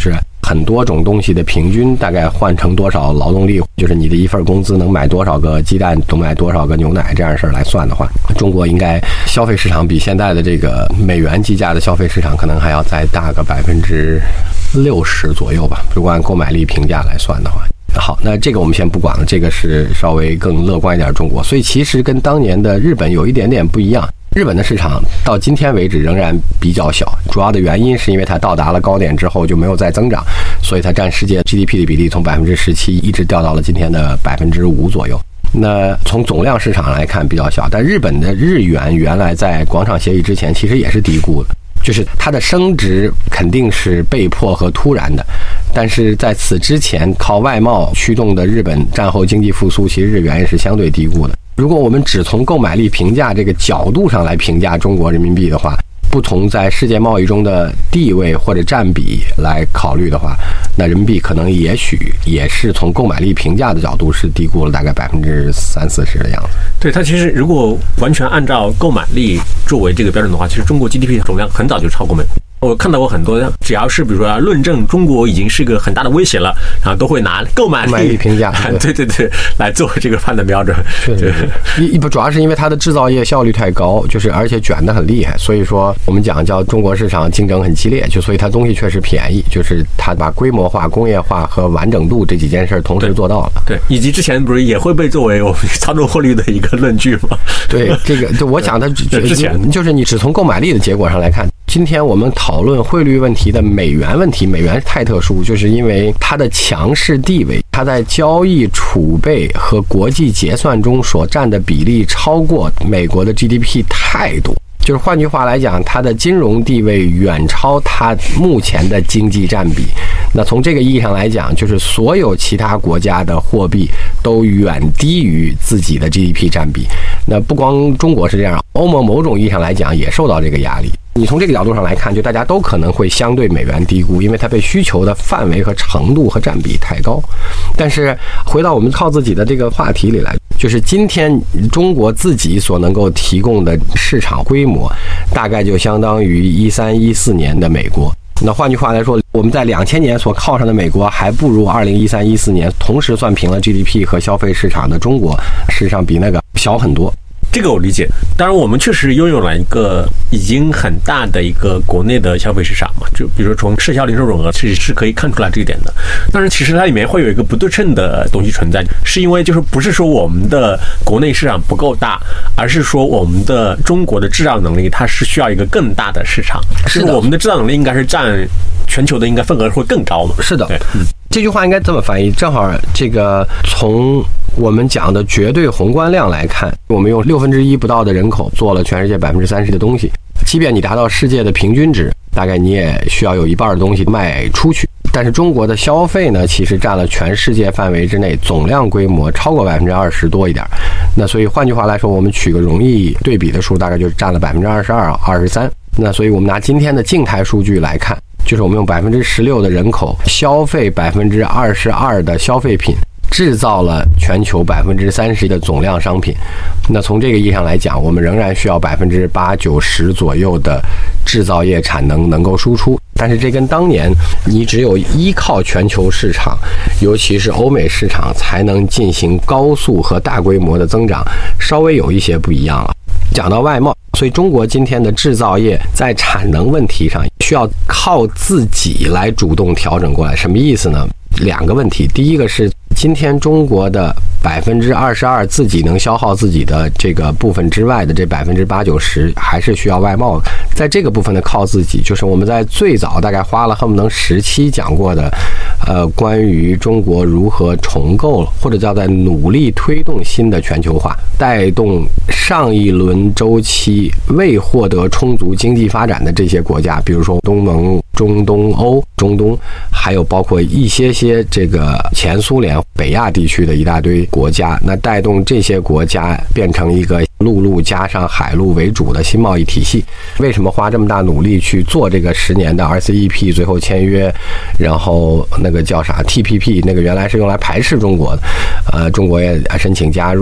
很多种东西的平均大概换成多少劳动力，就是你的一份工资能买多少个鸡蛋，能买多少个牛奶这样的事儿来算的话，中国应该消费市场比现在的这个美元计价的消费市场可能还要再大个百分之六十左右吧，如果按购买力评价来算的话。好，那这个我们先不管了，这个是稍微更乐观一点的中国，所以其实跟当年的日本有一点点不一样。日本的市场到今天为止仍然比较小，主要的原因是因为它到达了高点之后就没有再增长，所以它占世界 G D P 的比例从百分之十七一直掉到了今天的百分之五左右。那从总量市场来看比较小，但日本的日元原来在广场协议之前其实也是低估的，就是它的升值肯定是被迫和突然的，但是在此之前靠外贸驱动的日本战后经济复苏，其实日元也是相对低估的。如果我们只从购买力评价这个角度上来评价中国人民币的话，不同在世界贸易中的地位或者占比来考虑的话，那人民币可能也许也是从购买力评价的角度是低估了大概百分之三四十的样子。 对，它其实如果完全按照购买力作为这个标准的话，其实中国 G D P 总量很早就超过美国。我看到过很多，只要是比如说论证中国已经是个很大的威胁了，然后都会拿购买力评价， 对对对，来做这个判断标准。 对对对，一不主要是因为它的制造业效率太高，就是而且卷得很厉害，所以说我们讲叫中国市场竞争很激烈，就所以它东西确实便宜，就是它把规模化、工业化和完整度这几件事同时做到了。 对，以及之前不是也会被作为我们操纵汇率的一个论据吗？ 对，这个就我想它之前就是你只从购买力的结果上来看。今天我们讨论汇率问题的美元问题，美元太特殊，就是因为它的强势地位，它在交易储备和国际结算中所占的比例超过美国的 G D P 太多。就是换句话来讲，它的金融地位远超它目前的经济占比。那从这个意义上来讲，就是所有其他国家的货币都远低于自己的 G D P 占比。那不光中国是这样，欧盟某种意义上来讲也受到这个压力。你从这个角度上来看，就大家都可能会相对美元低估，因为它被需求的范围和程度和占比太高。但是回到我们靠自己的这个话题里来，就是今天中国自己所能够提供的市场规模，大概就相当于一三一四年的美国。那换句话来说，我们在两千年所靠上的美国，还不如二零一三一四年同时算平了 G D P 和消费市场的中国，事实上比那个小很多。 这个我理解，当然我们确实拥有了一个已经很大的一个国内的消费市场嘛，就比如说从市销零售总额其实是可以看出来这一点的。但是其实它里面会有一个不对称的东西存在，是因为就是不是说我们的国内市场不够大，而是说我们的中国的制造能力它是需要一个更大的市场，是我们的制造能力应该是占全球的应该份额会更高嘛？ 是的， 对，嗯。 这句话应该这么翻译，正好这个从我们讲的绝对宏观量来看，我们用六分之一不到的人口做了全世界百分之三十的东西，即便你达到世界的平均值，大概你也需要有一半的东西卖出去。但是中国的消费呢，其实占了全世界范围之内总量规模超过百分之二十多一点。那所以换句话来说，我们取个容易对比的数，大概就占了百分之二十二、二十三。那所以我们拿今天的静态数据来看，就是我们用百分之十六的人口消费百分之二十二的消费品，制造了全球百分之三十的总量商品。那从这个意义上来讲，我们仍然需要百分之八九十左右的制造业产能能够输出。但是这跟当年你只有依靠全球市场，尤其是欧美市场才能进行高速和大规模的增长，稍微有一些不一样了。讲到外贸，所以中国今天的制造业在产能问题上需要靠自己来主动调整过来。什么意思呢？两个问题，第一个是今天中国的百分之二十二自己能消耗自己的这个部分之外的这百分之八九十还是需要外贸。在这个部分的靠自己，就是我们在最早大概花了恨不能十期讲过的，呃，关于中国如何重构或者叫在努力推动新的全球化，带动上一轮周期未获得充足经济发展的这些国家，比如说东盟、中东欧、中东，还有包括一些些这个前苏联、北亚地区的一大堆国家，那带动这些国家变成一个陆路加上海路为主的新贸易体系。为什么花这么大努力去做这个十年的 R C E P， 最后签约，然后那个叫啥 T P P， 那个原来是用来排斥中国的，呃，中国也申请加入。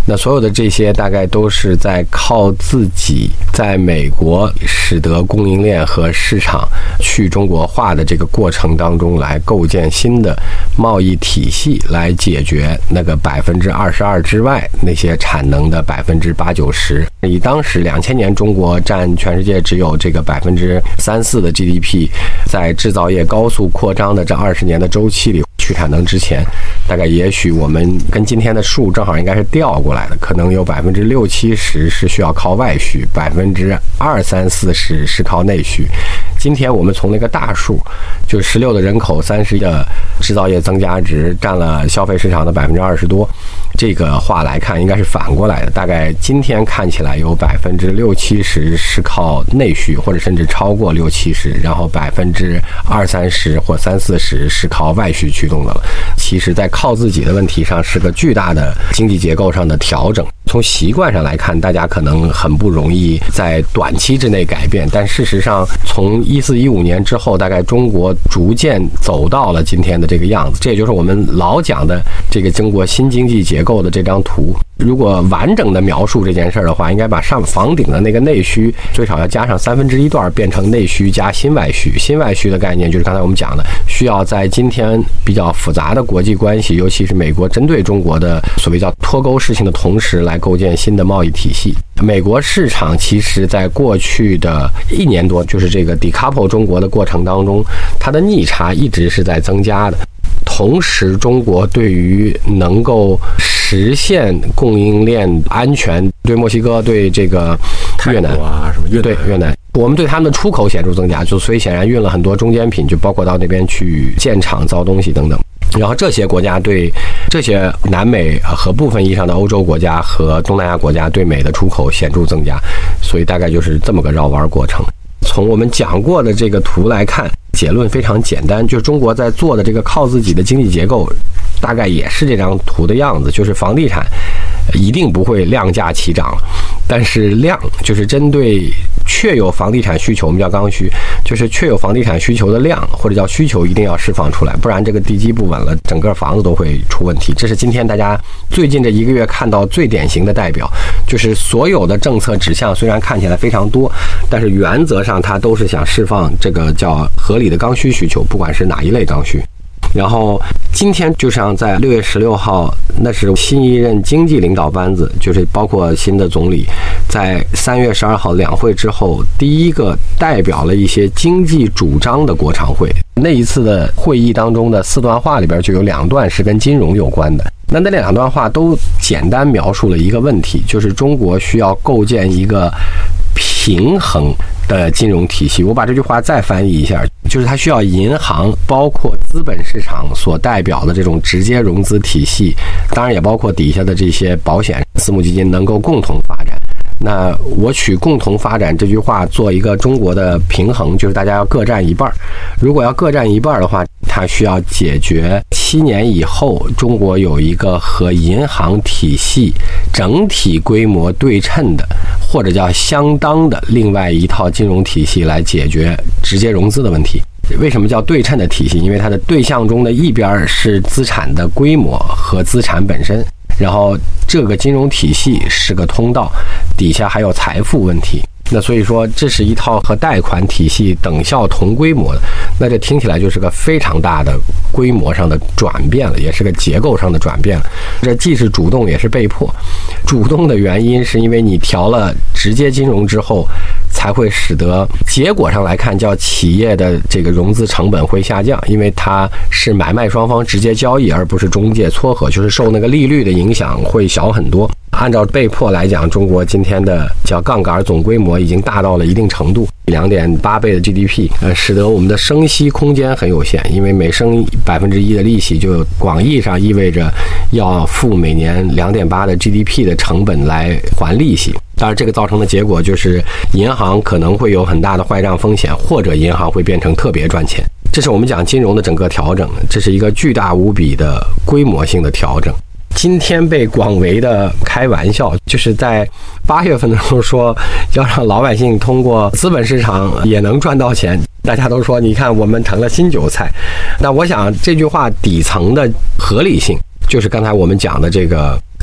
那所有的这些大概都是在靠自己在美国使得供应链和市场去中国化的这个过程当中来构建新的贸易体系，来解决那个百分之二十二之外那些产能的百分之八九十。以当时两千年中国占全世界只有这个百分之三四的 G D P， 在制造业高速扩张的这二十年的周期里，去产能之前，大概也许我们跟今天的数正好应该是调过来的，可能有百分之六七十是需要靠外需，百分之二三四十是靠内需。今天我们从那个大数，就十六的人口，三十的制造业增加值，占了消费市场的百分之二十多，这个话来看，应该是反过来的。大概今天看起来有百分之六七十是靠内需，或者甚至超过六七十，然后百分之二三十或三四十是靠外需驱动的了。其实，在靠自己的问题上，是个巨大的经济结构上的调整。从习惯上来看，大家可能很不容易在短期之内改变，但事实上，从一四一五年之后，大概中国逐渐走到了今天的这个样子。这也就是我们老讲的这个中国新经济结构的这张图。如果完整的描述这件事的话，应该把上房顶的那个内需最少要加上三分之一段，变成内需加新外需。新外需的概念就是刚才我们讲的，需要在今天比较复杂的国际关系，尤其是美国针对中国的所谓叫脱钩事情的同时，来构建新的贸易体系。美国市场其实在过去的一年多，就是这个 decouple 中国的过程当中，它的逆差一直是在增加的。同时，中国对于能够实现供应链安全，对墨西哥、对这个越南啊，什么越南， 对越南，我们对他们的出口显著增加，就所以显然运了很多中间品，就包括到那边去建厂造东西等等。然后这些国家对这些南美和部分意义上的欧洲国家和东南亚国家对美的出口显著增加，所以大概就是这么个绕弯过程。从我们讲过的这个图来看，结论非常简单，就是中国在做的这个靠自己的经济结构，大概也是这张图的样子，就是房地产一定不会量价齐涨，但是量就是针对确有房地产需求，我们叫刚需，就是确有房地产需求的量或者叫需求一定要释放出来，不然这个地基不稳了，整个房子都会出问题。这是今天大家最近这一个月看到最典型的代表，就是所有的政策指向虽然看起来非常多，但是原则上它都是想释放这个叫合理的刚需需求，不管是哪一类刚需。然后今天就像在六月十六号，那是新一任经济领导班子，就是包括新的总理，在三月十二号两会之后，第一个代表了一些经济主张的国常会。那一次的会议当中的四段话里边就有两段是跟金融有关的。那那两段话都简单描述了一个问题，就是中国需要构建一个平衡的金融体系。我把这句话再翻译一下，就是它需要银行包括资本市场所代表的这种直接融资体系，当然也包括底下的这些保险私募基金能够共同发展。那我取共同发展这句话做一个中国的平衡，就是大家要各占一半。如果要各占一半的话，它需要解决七年以后中国有一个和银行体系整体规模对称的或者叫相当的另外一套金融体系来解决直接融资的问题。为什么叫对称的体系？因为它的对象中的一边是资产的规模和资产本身，然后这个金融体系是个通道，底下还有财富问题。那所以说这是一套和贷款体系等效同规模的，那这听起来就是个非常大的规模上的转变了，也是个结构上的转变了。这既是主动也是被迫。主动的原因是因为你调了直接金融之后，才会使得结果上来看叫企业的这个融资成本会下降，因为它是买卖双方直接交易而不是中介撮合，就是受那个利率的影响会小很多。按照被迫来讲，中国今天的叫杠杆总规模已经大到了一定程度， 两点八倍的 G D P， 呃，使得我们的升息空间很有限，因为每升百分之一的利息，就广义上意味着要付每年 两点八 的 G D P 的成本来还利息。当然，这个造成的结果就是银行可能会有很大的坏账风险，或者银行会变成特别赚钱。这是我们讲金融的整个调整，这是一个巨大无比的规模性的调整。今天被广为的开玩笑，就是在八月份的时候说要让老百姓通过资本市场也能赚到钱，大家都说你看我们成了新韭菜。那我想这句话底层的合理性，就是刚才我们讲的这个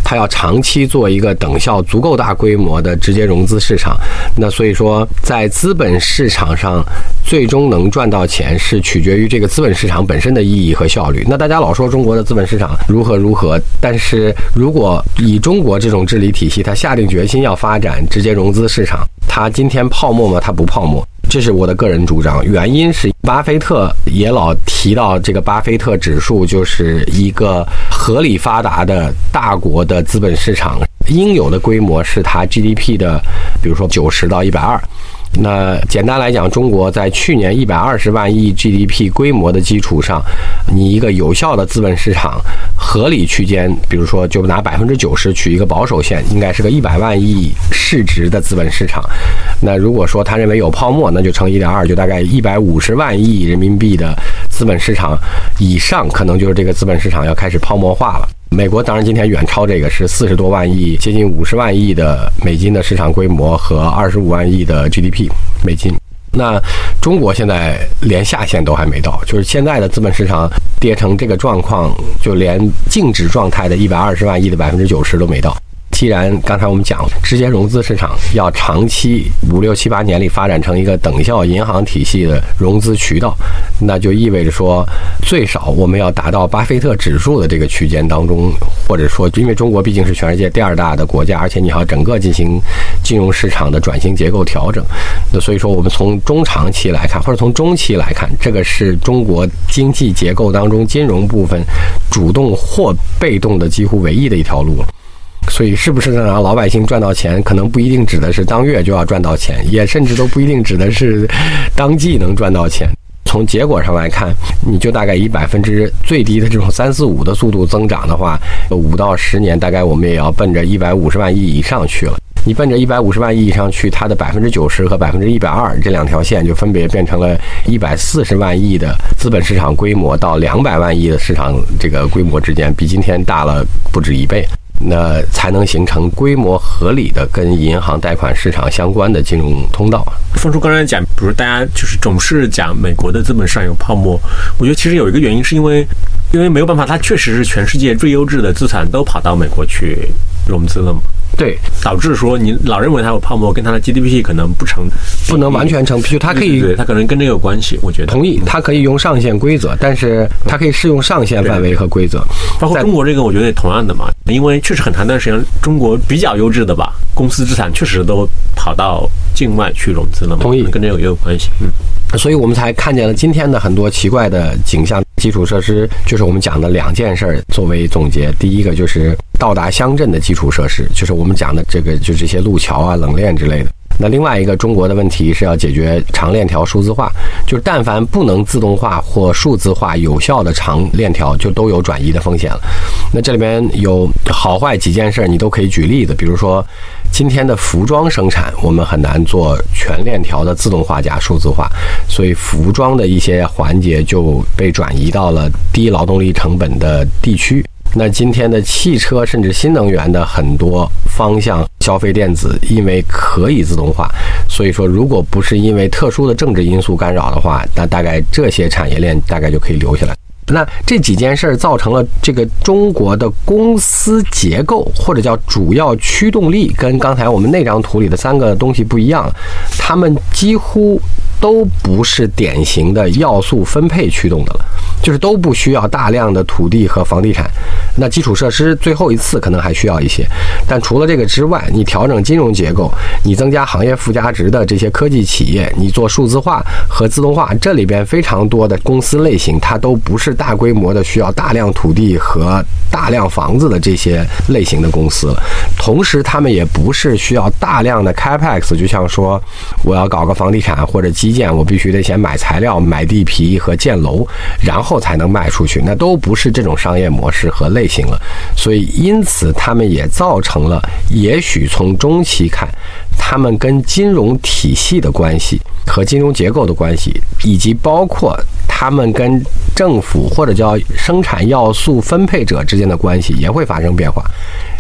它要长期做一个等效足够大规模的直接融资市场。那所以说，在资本市场上最终能赚到钱，是取决于这个资本市场本身的意义和效率。那大家老说中国的资本市场如何如何，但是如果以中国这种治理体系，它下定决心要发展直接融资市场，它今天泡沫吗？它不泡沫。这是我的个人主张，原因是巴菲特也老提到这个巴菲特指数，就是一个合理发达的大国的资本市场应有的规模是它 G D P 的，比如说九十到一百二。那简单来讲，中国在去年一百二十万亿 G D P 规模的基础上，你一个有效的资本市场合理区间，比如说就拿百分之九十取一个保守线，应该是个一百万亿市值的资本市场。那如果说他认为有泡沫，那就乘一点二，就大概一百五十万亿人民币的资本市场以上，可能就是这个资本市场要开始泡沫化了。美国当然今天远超这个，是四十多万亿，接近五十万亿的美金的市场规模和二十五万亿的 G D P 美金。那中国现在连下限都还没到，就是现在的资本市场跌成这个状况，就连静止状态的一百二十万亿的百分之九十都没到。既然刚才我们讲直接融资市场要长期五六七八年里发展成一个等效银行体系的融资渠道，那就意味着说最少我们要达到巴菲特指数的这个区间当中，或者说因为中国毕竟是全世界第二大的国家，而且你还要整个进行金融市场的转型结构调整，那所以说我们从中长期来看，或者从中期来看，这个是中国经济结构当中金融部分主动或被动的几乎唯一的一条路了。所以是不是能让老百姓赚到钱，可能不一定指的是当月就要赚到钱，也甚至都不一定指的是当季能赚到钱。从结果上来看，你就大概以百分之最低的这种三四五的速度增长的话，五到十年大概我们也要奔着一百五十万亿以上去了。你奔着一百五十万亿以上去，它的百分之九十和百分之一百二这两条线就分别变成了一百四十万亿的资本市场规模到两百万亿的市场这个规模之间，比今天大了不止一倍。那才能形成规模合理的跟银行贷款市场相关的金融通道。 峰叔刚才讲，比如大家就是总是讲美国的资本市场有泡沫，我觉得其实有一个原因是因为因为没有办法，它确实是全世界最优质的资产都跑到美国去融资了嘛。 对， 导致说你老认为它有泡沫，跟它的 G D P 可能不成， 不能完全成，就它可以， 对，它可能跟这个有关系。我觉得同意，它可以用上限规则，但是它可以适用上限范围和规则。 包括中国这个，我觉得也同样的嘛，因为确实很长一段时间，中国比较优质的吧，公司资产确实都跑到境外去融资了嘛， 同意， 跟这个也有关系。嗯。 所以我们才看见了今天的很多奇怪的景象。基础设施就是我们讲的两件事作为总结，第一个就是到达乡镇的基础设施，就是我们讲的这个就这些路桥啊、冷链之类的。那另外一个中国的问题是要解决长链条数字化，就是但凡不能自动化或数字化有效的长链条，就都有转移的风险了。那这里边有好坏几件事，你都可以举例子，比如说今天的服装生产，我们很难做全链条的自动化加数字化，所以服装的一些环节就被转移到了低劳动力成本的地区。那今天的汽车甚至新能源的很多方向，消费电子因为可以自动化，所以说如果不是因为特殊的政治因素干扰的话，那大概这些产业链大概就可以留下来。那这几件事造成了这个中国的公司结构或者叫主要驱动力跟刚才我们那张图里的三个东西不一样，他们几乎都不是典型的要素分配驱动的了，就是都不需要大量的土地和房地产。那基础设施最后一次可能还需要一些，但除了这个之外，你调整金融结构，你增加行业附加值的这些科技企业，你做数字化和自动化，这里边非常多的公司类型，它都不是大规模的需要大量土地和大量房子的这些类型的公司了。同时他们也不是需要大量的 capex， 就像说我要搞个房地产或者基建，我必须得先买材料、买地皮和建楼，然后才能卖出去，那都不是这种商业模式和类型了。所以因此他们也造成了，也许从中期看，他们跟金融体系的关系和金融结构的关系，以及包括他们跟政府或者叫生产要素分配者之间的关系也会发生变化。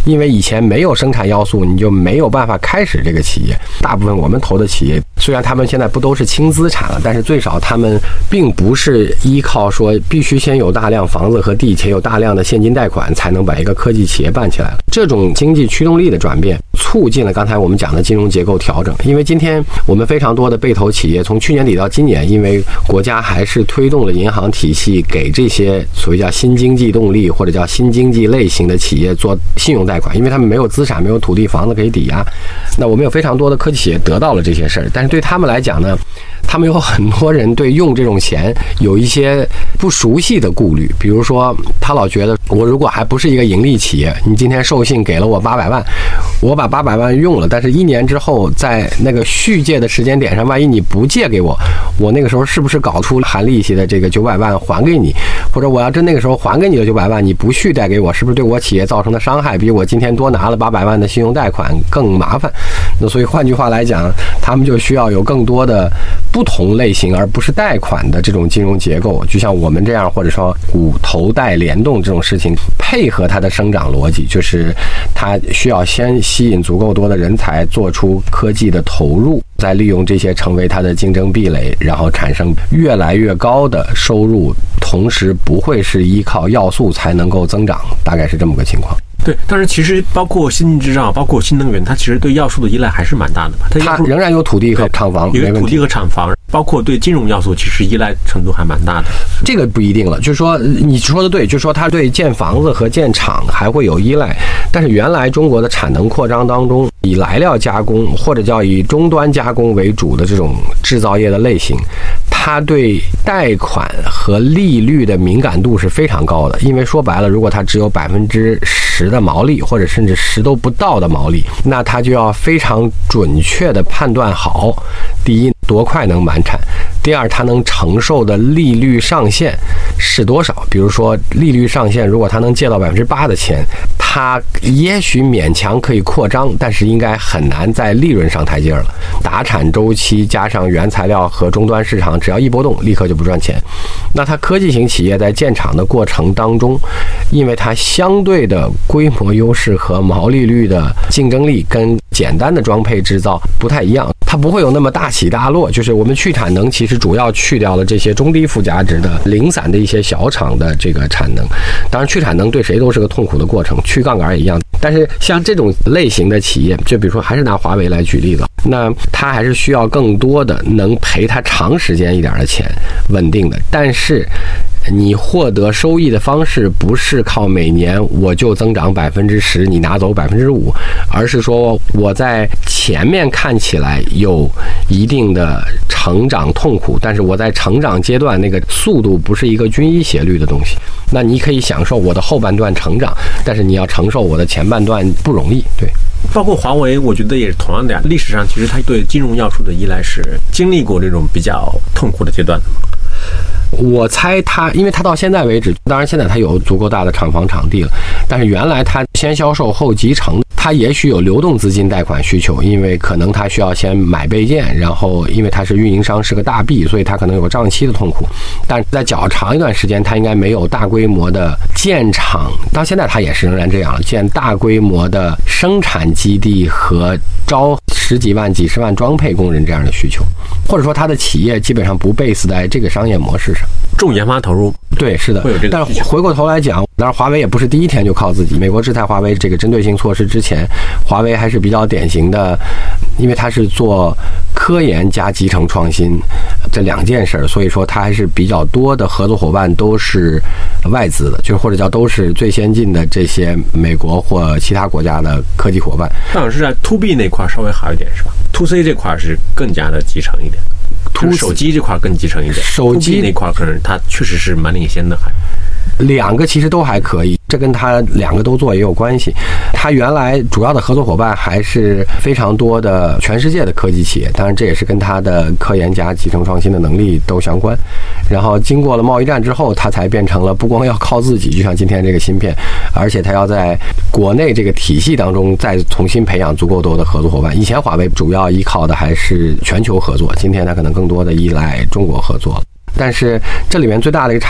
因为以前没有生产要素，你就没有办法开始这个企业。大部分我们投的企业，虽然他们现在不都是轻资产了，但是最少他们并不是依靠说必须先有大量房子和地，且有大量的现金贷款才能把一个科技企业办起来了。这种经济驱动力的转变，促进了刚才我们讲的金融结构调整。因为今天我们非常多的被投企业，从去年底到今年，因为国家还是推动了银行体系给这些所谓叫新经济动力或者叫新经济类型的企业做信用贷款，因为他们没有资产，没有土地房子可以抵押。那我们有非常多的科技企业得到了这些事儿，但是对他们来讲呢，他们有很多人对用这种钱有一些不熟悉的顾虑，比如说他老觉得我如果还不是一个盈利企业，你今天授信给了我八百万，我把八百万用了，但是一年之后在那个续借的时间点上，万一你不借给我，我那个时候是不是搞出含利息的这个九百万还给你？或者我要真那个时候还给你的九百万，你不续贷给我，是不是对我企业造成的伤害比我今天多拿了八百万的信用贷款更麻烦？那所以换句话来讲，他们就需要有更多的不同类型而不是贷款的这种金融结构，就像我们这样，或者说股投贷联动这种事情，配合它的生长逻辑，就是它需要先吸引足够多的人才，做出科技的投入，再利用这些成为它的竞争壁垒，然后产生越来越高的收入，同时不会是依靠要素才能够增长，大概是这么个情况。 对，但是其实包括新经济制造，包括新能源，它其实对要素的依赖还是蛮大的吧？ 它仍然有土地和厂房， 有土地和厂房，包括对金融要素，其实依赖程度还蛮大的。 这个不一定了，就是说你说的对，就是说它对建房子和建厂还会有依赖，但是原来中国的产能扩张当中，以来料加工或者叫以终端加工为主的这种制造业的类型，它对贷款和利率的敏感度是非常高的。因为说白了，如果它只有百分之十的毛利，或者甚至十都不到的毛利，那它就要非常准确的判断好，第一，多快能满产；第二，它能承受的利率上限是多少。比如说利率上限，如果它能借到百分之八的钱，它也许勉强可以扩张，但是应该很难在利润上台阶了。打产周期加上原材料和终端市场，只要一波动，立刻就不赚钱。那它科技型企业在建厂的过程当中，因为它相对的规模优势和毛利率的竞争力跟简单的装配制造不太一样，它不会有那么大起大落。就是我们去产能其实主要去掉了这些中低附加值的零散的一些小厂的这个产能。当然去产能对谁都是个痛苦的过程，去杠杆也一样。但是像这种类型的企业，就比如说还是拿华为来举例子，那它还是需要更多的能陪它长时间一点的钱，稳定的。但是你获得收益的方式不是靠每年我就增长百分之十，你拿走百分之五，而是说我在前面看起来有一定的成长痛苦，但是我在成长阶段那个速度不是一个均一斜率的东西。那你可以享受我的后半段成长，但是你要承受我的前半段不容易。对， 包括华为，我觉得也是同样的呀。历史上其实它对金融要素的依赖是经历过这种比较痛苦的阶段的。 我猜它，因为它到现在为止，当然现在它有足够大的厂房场地了，但是原来它先销售后集成，它也许有流动资金贷款需求，因为可能它需要先买备件，然后因为它是运营商是个大 B， 所以它可能有个账期的痛苦。但是在较长一段时间，它应该没有大规模的建厂，到现在它也是仍然这样了，建大规模的生产基地和招十几万、几十万装配工人这样的需求，或者说它的企业基本上不 base 在这个商业模式上。 重研发投入， 对，是的， 会有这个。 但是回过头来讲，当然华为也不是第一天就靠自己。美国制裁华为这个针对性措施之前，华为还是比较典型的，因为它是做科研加集成创新这两件事，所以说它还是比较多的合作伙伴都是外资的，就是或者叫都是最先进的这些美国或其他国家的科技伙伴。 但好像是在 to B 那块稍微好一点，是吧 ？to C 这块是更加的集成一点。就是手机这块更集成一点， 手机那块可能它确实是蛮领先的，还两个其实都还可以，这跟它两个都做也有关系。它原来主要的合作伙伴还是非常多的全世界的科技企业，当然这也是跟它的科研加集成创新的能力都相关。然后经过了贸易战之后，它才变成了不光要靠自己，就像今天这个芯片，而且它要在国内这个体系当中再重新培养足够多的合作伙伴。以前华为主要依靠的还是全球合作，今天它可能更多的依赖中国合作。但是这里面最大的一个差别，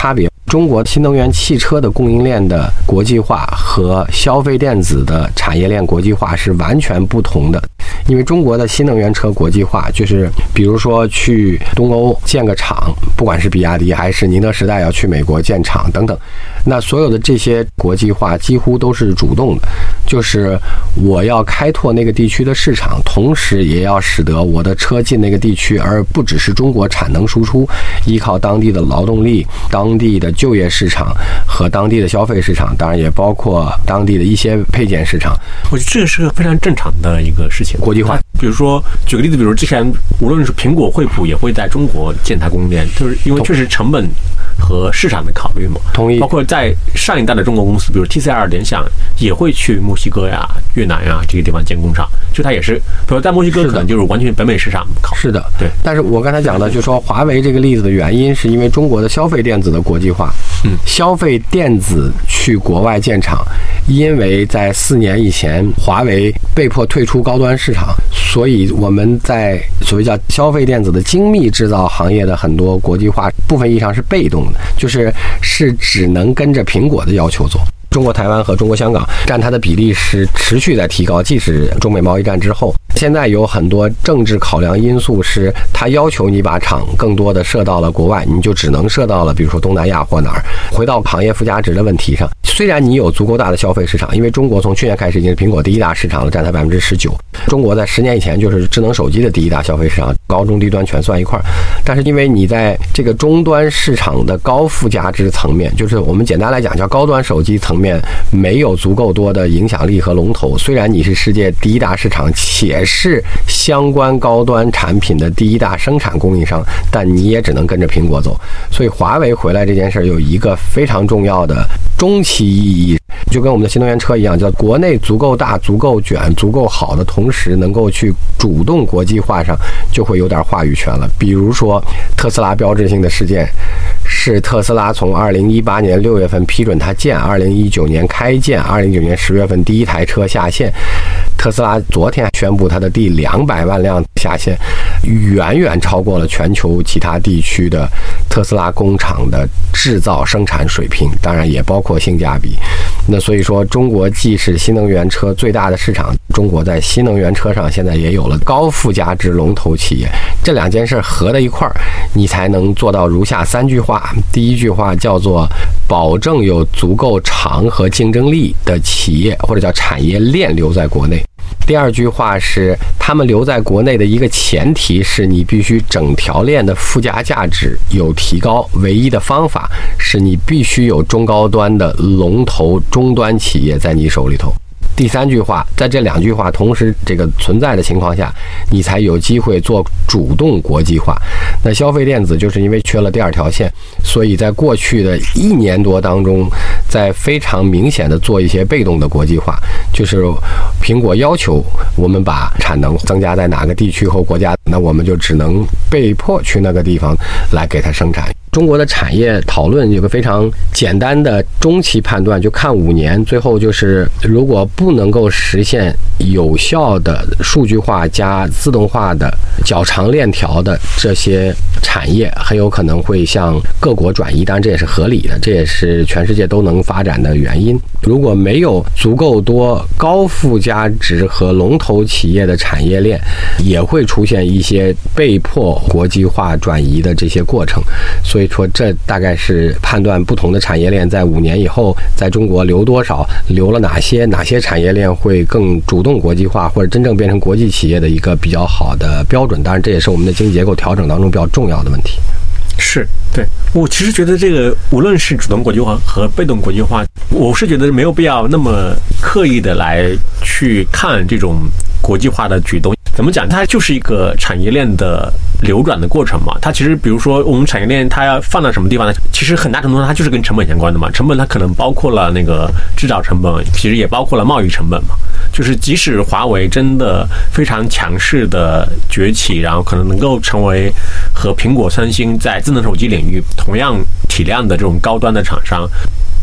中国新能源汽车的供应链的国际化和消费电子的产业链国际化是完全不同的。因为中国的新能源车国际化，就是比如说去东欧建个厂，不管是比亚迪还是宁德时代要去美国建厂等等，那所有的这些国际化几乎都是主动的，就是我要开拓那个地区的市场，同时也要使得我的车进那个地区，而不只是中国产能输出，依靠当地的劳动力、当地的就业市场和当地的消费市场，当然也包括当地的一些配件市场。 我觉得这个是个非常正常的一个事情。 国际化， 比如说举个例子，比如之前无论是苹果、惠普也会在中国建它供应链，就是因为确实成本和市场的考虑嘛。 同意。 包括在上一代的中国公司，比如 T C R 联想也会去墨西哥呀、越南呀这些地方建工厂，就它也是，比如在墨西哥可能就是完全北美市场考虑。 是的， 对。 但是我刚才讲的，就是说华为这个例子的原因，是因为中国的消费电子的国际化， 嗯， 消费电子去国外建厂，因为在四年以前，华为被迫退出高端市场，所以我们在所谓叫消费电子的精密制造行业的很多国际化，部分意义上是被动的，就是是只能跟着苹果的要求做。中国台湾和中国香港占它的比例是持续在提高，即使中美贸易战之后，现在有很多政治考量因素，是它要求你把厂更多的设到了国外，你就只能设到了比如说东南亚或哪儿。回到行业附加值的问题上，虽然你有足够大的消费市场，因为中国从去年开始已经是苹果第一大市场了，占它百分之十九。中国在十年以前就是智能手机的第一大消费市场，高中低端全算一块儿。但是因为你在这个终端市场的高附加值层面，就是我们简单来讲叫高端手机层面，没有足够多的影响力和龙头。虽然你是世界第一大市场，且是相关高端产品的第一大生产供应商，但你也只能跟着苹果走。所以华为回来这件事有一个非常重要的中期意义，就跟我们的新能源车一样，叫国内足够大、足够卷、足够好的同时，能够去主动国际化上，就会有点话语权了。比如说特斯拉标志性的事件，是特斯拉从二零一八年六月份批准它建，二零一九年开建，二零一九年十月份第一台车下线。特斯拉昨天宣布它的第两百万辆下线，远远超过了全球其他地区的特斯拉工厂的制造生产水平，当然也包括性价比。那所以说，中国既是新能源车最大的市场，中国在新能源车上现在也有了高附加值龙头企业，这两件事合在一块儿，你才能做到如下三句话。第一句话叫做保证有足够长和竞争力的企业或者叫产业链留在国内。第二句话是他们留在国内的一个前提是你必须整条链的附加价值有提高，唯一的方法是你必须有中高端的龙头终端企业在你手里头。第三句话，在这两句话同时这个存在的情况下，你才有机会做主动国际化。那消费电子就是因为缺了第二条线，所以在过去的一年多当中，在非常明显的做一些被动的国际化，就是苹果要求我们把产能增加在哪个地区或国家，那我们就只能被迫去那个地方来给它生产。中国的产业讨论有个非常简单的中期判断，就看五年，最后就是如果不能够实现有效的数据化加自动化的较长链条的这些产业，很有可能会向各国转移，当然这也是合理的，这也是全世界都能发展的原因。如果没有足够多高附加值和龙头企业的产业链，也会出现一些被迫国际化转移的这些过程。所以说这大概是判断不同的产业链在五年以后在中国留多少，留了哪些，哪些产业链会更主动国际化或者真正变成国际企业的一个比较好的标准。当然这也是我们的经济结构调整当中比较重要的问题。 是，对，我其实觉得这个无论是主动国际化和被动国际化，我是觉得没有必要那么刻意的来去看这种国际化的举动。怎么讲？它就是一个产业链的流转的过程嘛。它其实，比如说我们产业链它要放到什么地方呢？其实很大程度上它就是跟成本相关的嘛。成本它可能包括了那个制造成本，其实也包括了贸易成本嘛。就是即使华为真的非常强势的崛起，然后可能能够成为和苹果、三星在智能手机领域同样体量的这种高端的厂商，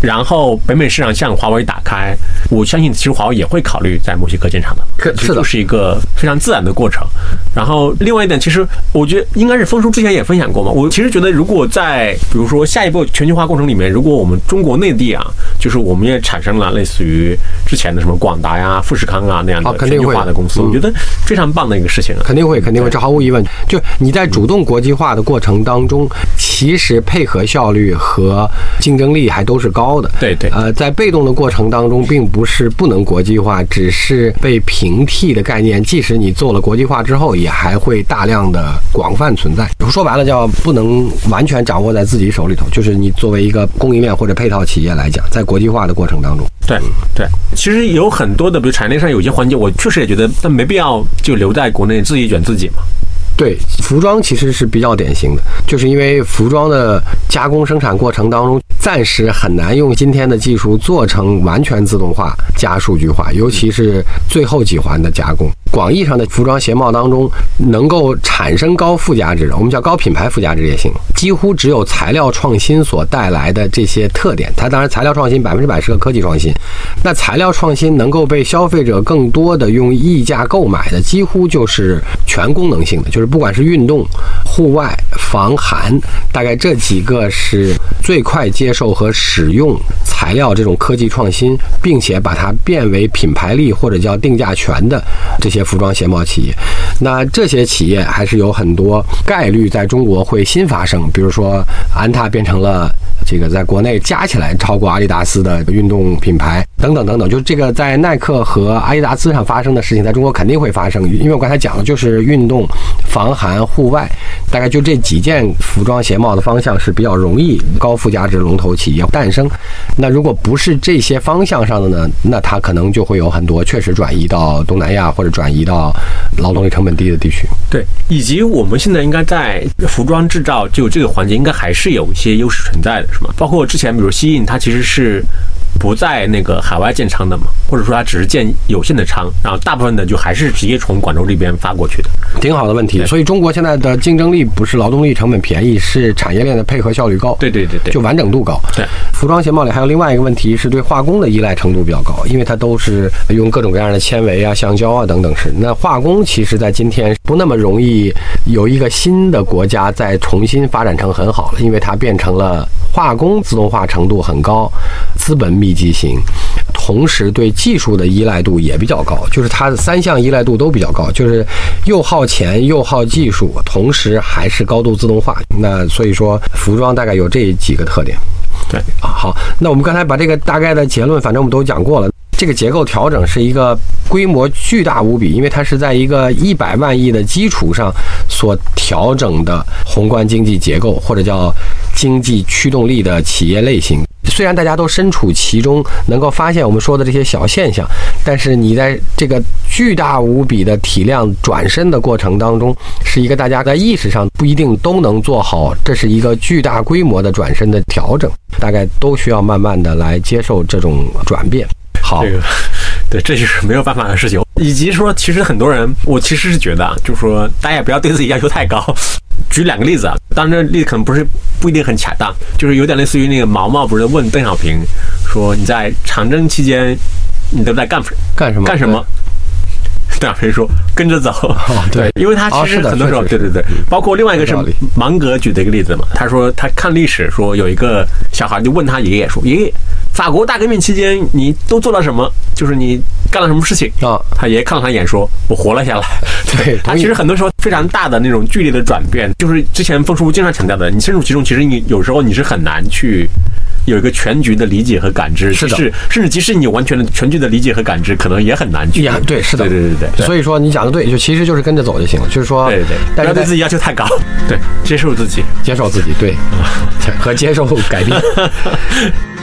然后北美市场向华为打开，我相信其实华为也会考虑在墨西哥建厂的， 是的， 就是一个非常自然的过程。然后另外一点，其实我觉得应该是峰叔之前也分享过嘛，我其实觉得如果在比如说下一步全球化过程里面，如果我们中国内地啊，就是我们也产生了类似于之前的什么广达呀、富士康啊那样的全球化的公司，我觉得非常棒的一个事情啊， 肯定会，肯定会，这毫无疑问。就你在主动国际化的过程当中，其实配合效率和竞争力还都是高的。 对对。 呃，在被动的过程当中，并不是不能国际化，只是被平替的概念。即使你做了国际化之后，也还会大量的广泛存在。说白了，叫不能完全掌握在自己手里头。就是你作为一个供应链或者配套企业来讲，在国际化的过程当中， 对对，其实有很多的，比如产业链上有些环节，我确实也觉得，但没必要就留在国内自己卷自己嘛。 对，服装其实是比较典型的，就是因为服装的加工生产过程当中，暂时很难用今天的技术做成完全自动化加数据化，尤其是最后几环的加工。广义上的服装鞋帽当中，能够产生高附加值，我们叫高品牌附加值也行，几乎只有材料创新所带来的这些特点。它当然材料创新百分之百是个科技创新，那材料创新能够被消费者更多的用溢价购买的，几乎就是全功能性的，就是不管是运动、户外、防寒，大概这几个是最快接受和使用材料这种科技创新，并且把它变为品牌力或者叫定价权的这些服装鞋帽企业。那这些企业还是有很多概率在中国会新发生，比如说安踏变成了这个在国内加起来超过阿迪达斯的运动品牌等等等等，就这个在耐克和阿迪达斯上发生的事情，在中国肯定会发生，因为我刚才讲的就是运动、防寒、户外，大概就这几件服装鞋帽的方向是比较容易高附加值龙头企业诞生。那如果不是这些方向上的呢，那它可能就会有很多确实转移到东南亚或者转移到劳动力成本低的地区。 对，以及我们现在应该在服装制造就这个环节，应该还是有一些优势存在的，是吗？包括之前比如西印，它其实是不在那个海外建仓的嘛，或者说它只是建有限的仓，然后大部分的就还是直接从广州这边发过去的。 挺好的问题。所以中国现在的竞争力不是劳动力成本便宜，是产业链的配合效率高。 对对对对， 就完整度高。 对， 服装鞋帽里还有另外一个问题是对化工的依赖程度比较高，因为它都是用各种各样的纤维啊、橡胶啊等等是。那化工其实在今天不那么容易有一个新的国家再重新发展成很好了，因为它变成了化工自动化程度很高，资本密集型，同时对技术的依赖度也比较高，就是它的三项依赖度都比较高，就是又耗钱又耗技术，同时还是高度自动化。那所以说服装大概有这几个特点。 对， 好，那我们刚才把这个大概的结论反正我们都讲过了。这个结构调整是一个规模巨大无比，因为它是在一个一百万亿的基础上所调整的宏观经济结构，或者叫经济驱动力的企业类型。虽然大家都身处其中，能够发现我们说的这些小现象，但是你在这个巨大无比的体量转身的过程当中，是一个大家在意识上不一定都能做好，这是一个巨大规模的转身的调整，大概都需要慢慢的来接受这种转变。好， 这个对，这就是没有办法的事情。以及说，其实很多人，我其实是觉得啊，就是说，大家也不要对自己要求太高。举两个例子啊，当然这例子可能不是不一定很恰当，就是有点类似于那个毛毛不是问邓小平说你在长征期间你都在干干什么干什么？邓小平说跟着走。 哦，对， 因为他其实很多时候，对对对，包括另外一个是芒格举的一个例子嘛，他说他看历史说有一个小孩就问他爷爷说，爷爷，法国大革命期间你都做了什么？就是你干了什么事情啊？他爷爷看了他一眼说，我活了下来。 对， 他其实很多时候非常大的那种剧烈的转变，就是之前峰叔经常强调的，你身处其中，其实你有时候你是很难去有一个全局的理解和感知， 是的， 甚至即使你完全的全局的理解和感知，可能也很难去。 呀，对，是的， 对对对对。 所以说你讲的对，就其实就是跟着走就行了，就是说， 对对对，但是不要对自己要求太高，对，接受自己， 接受自己，对，和接受改变。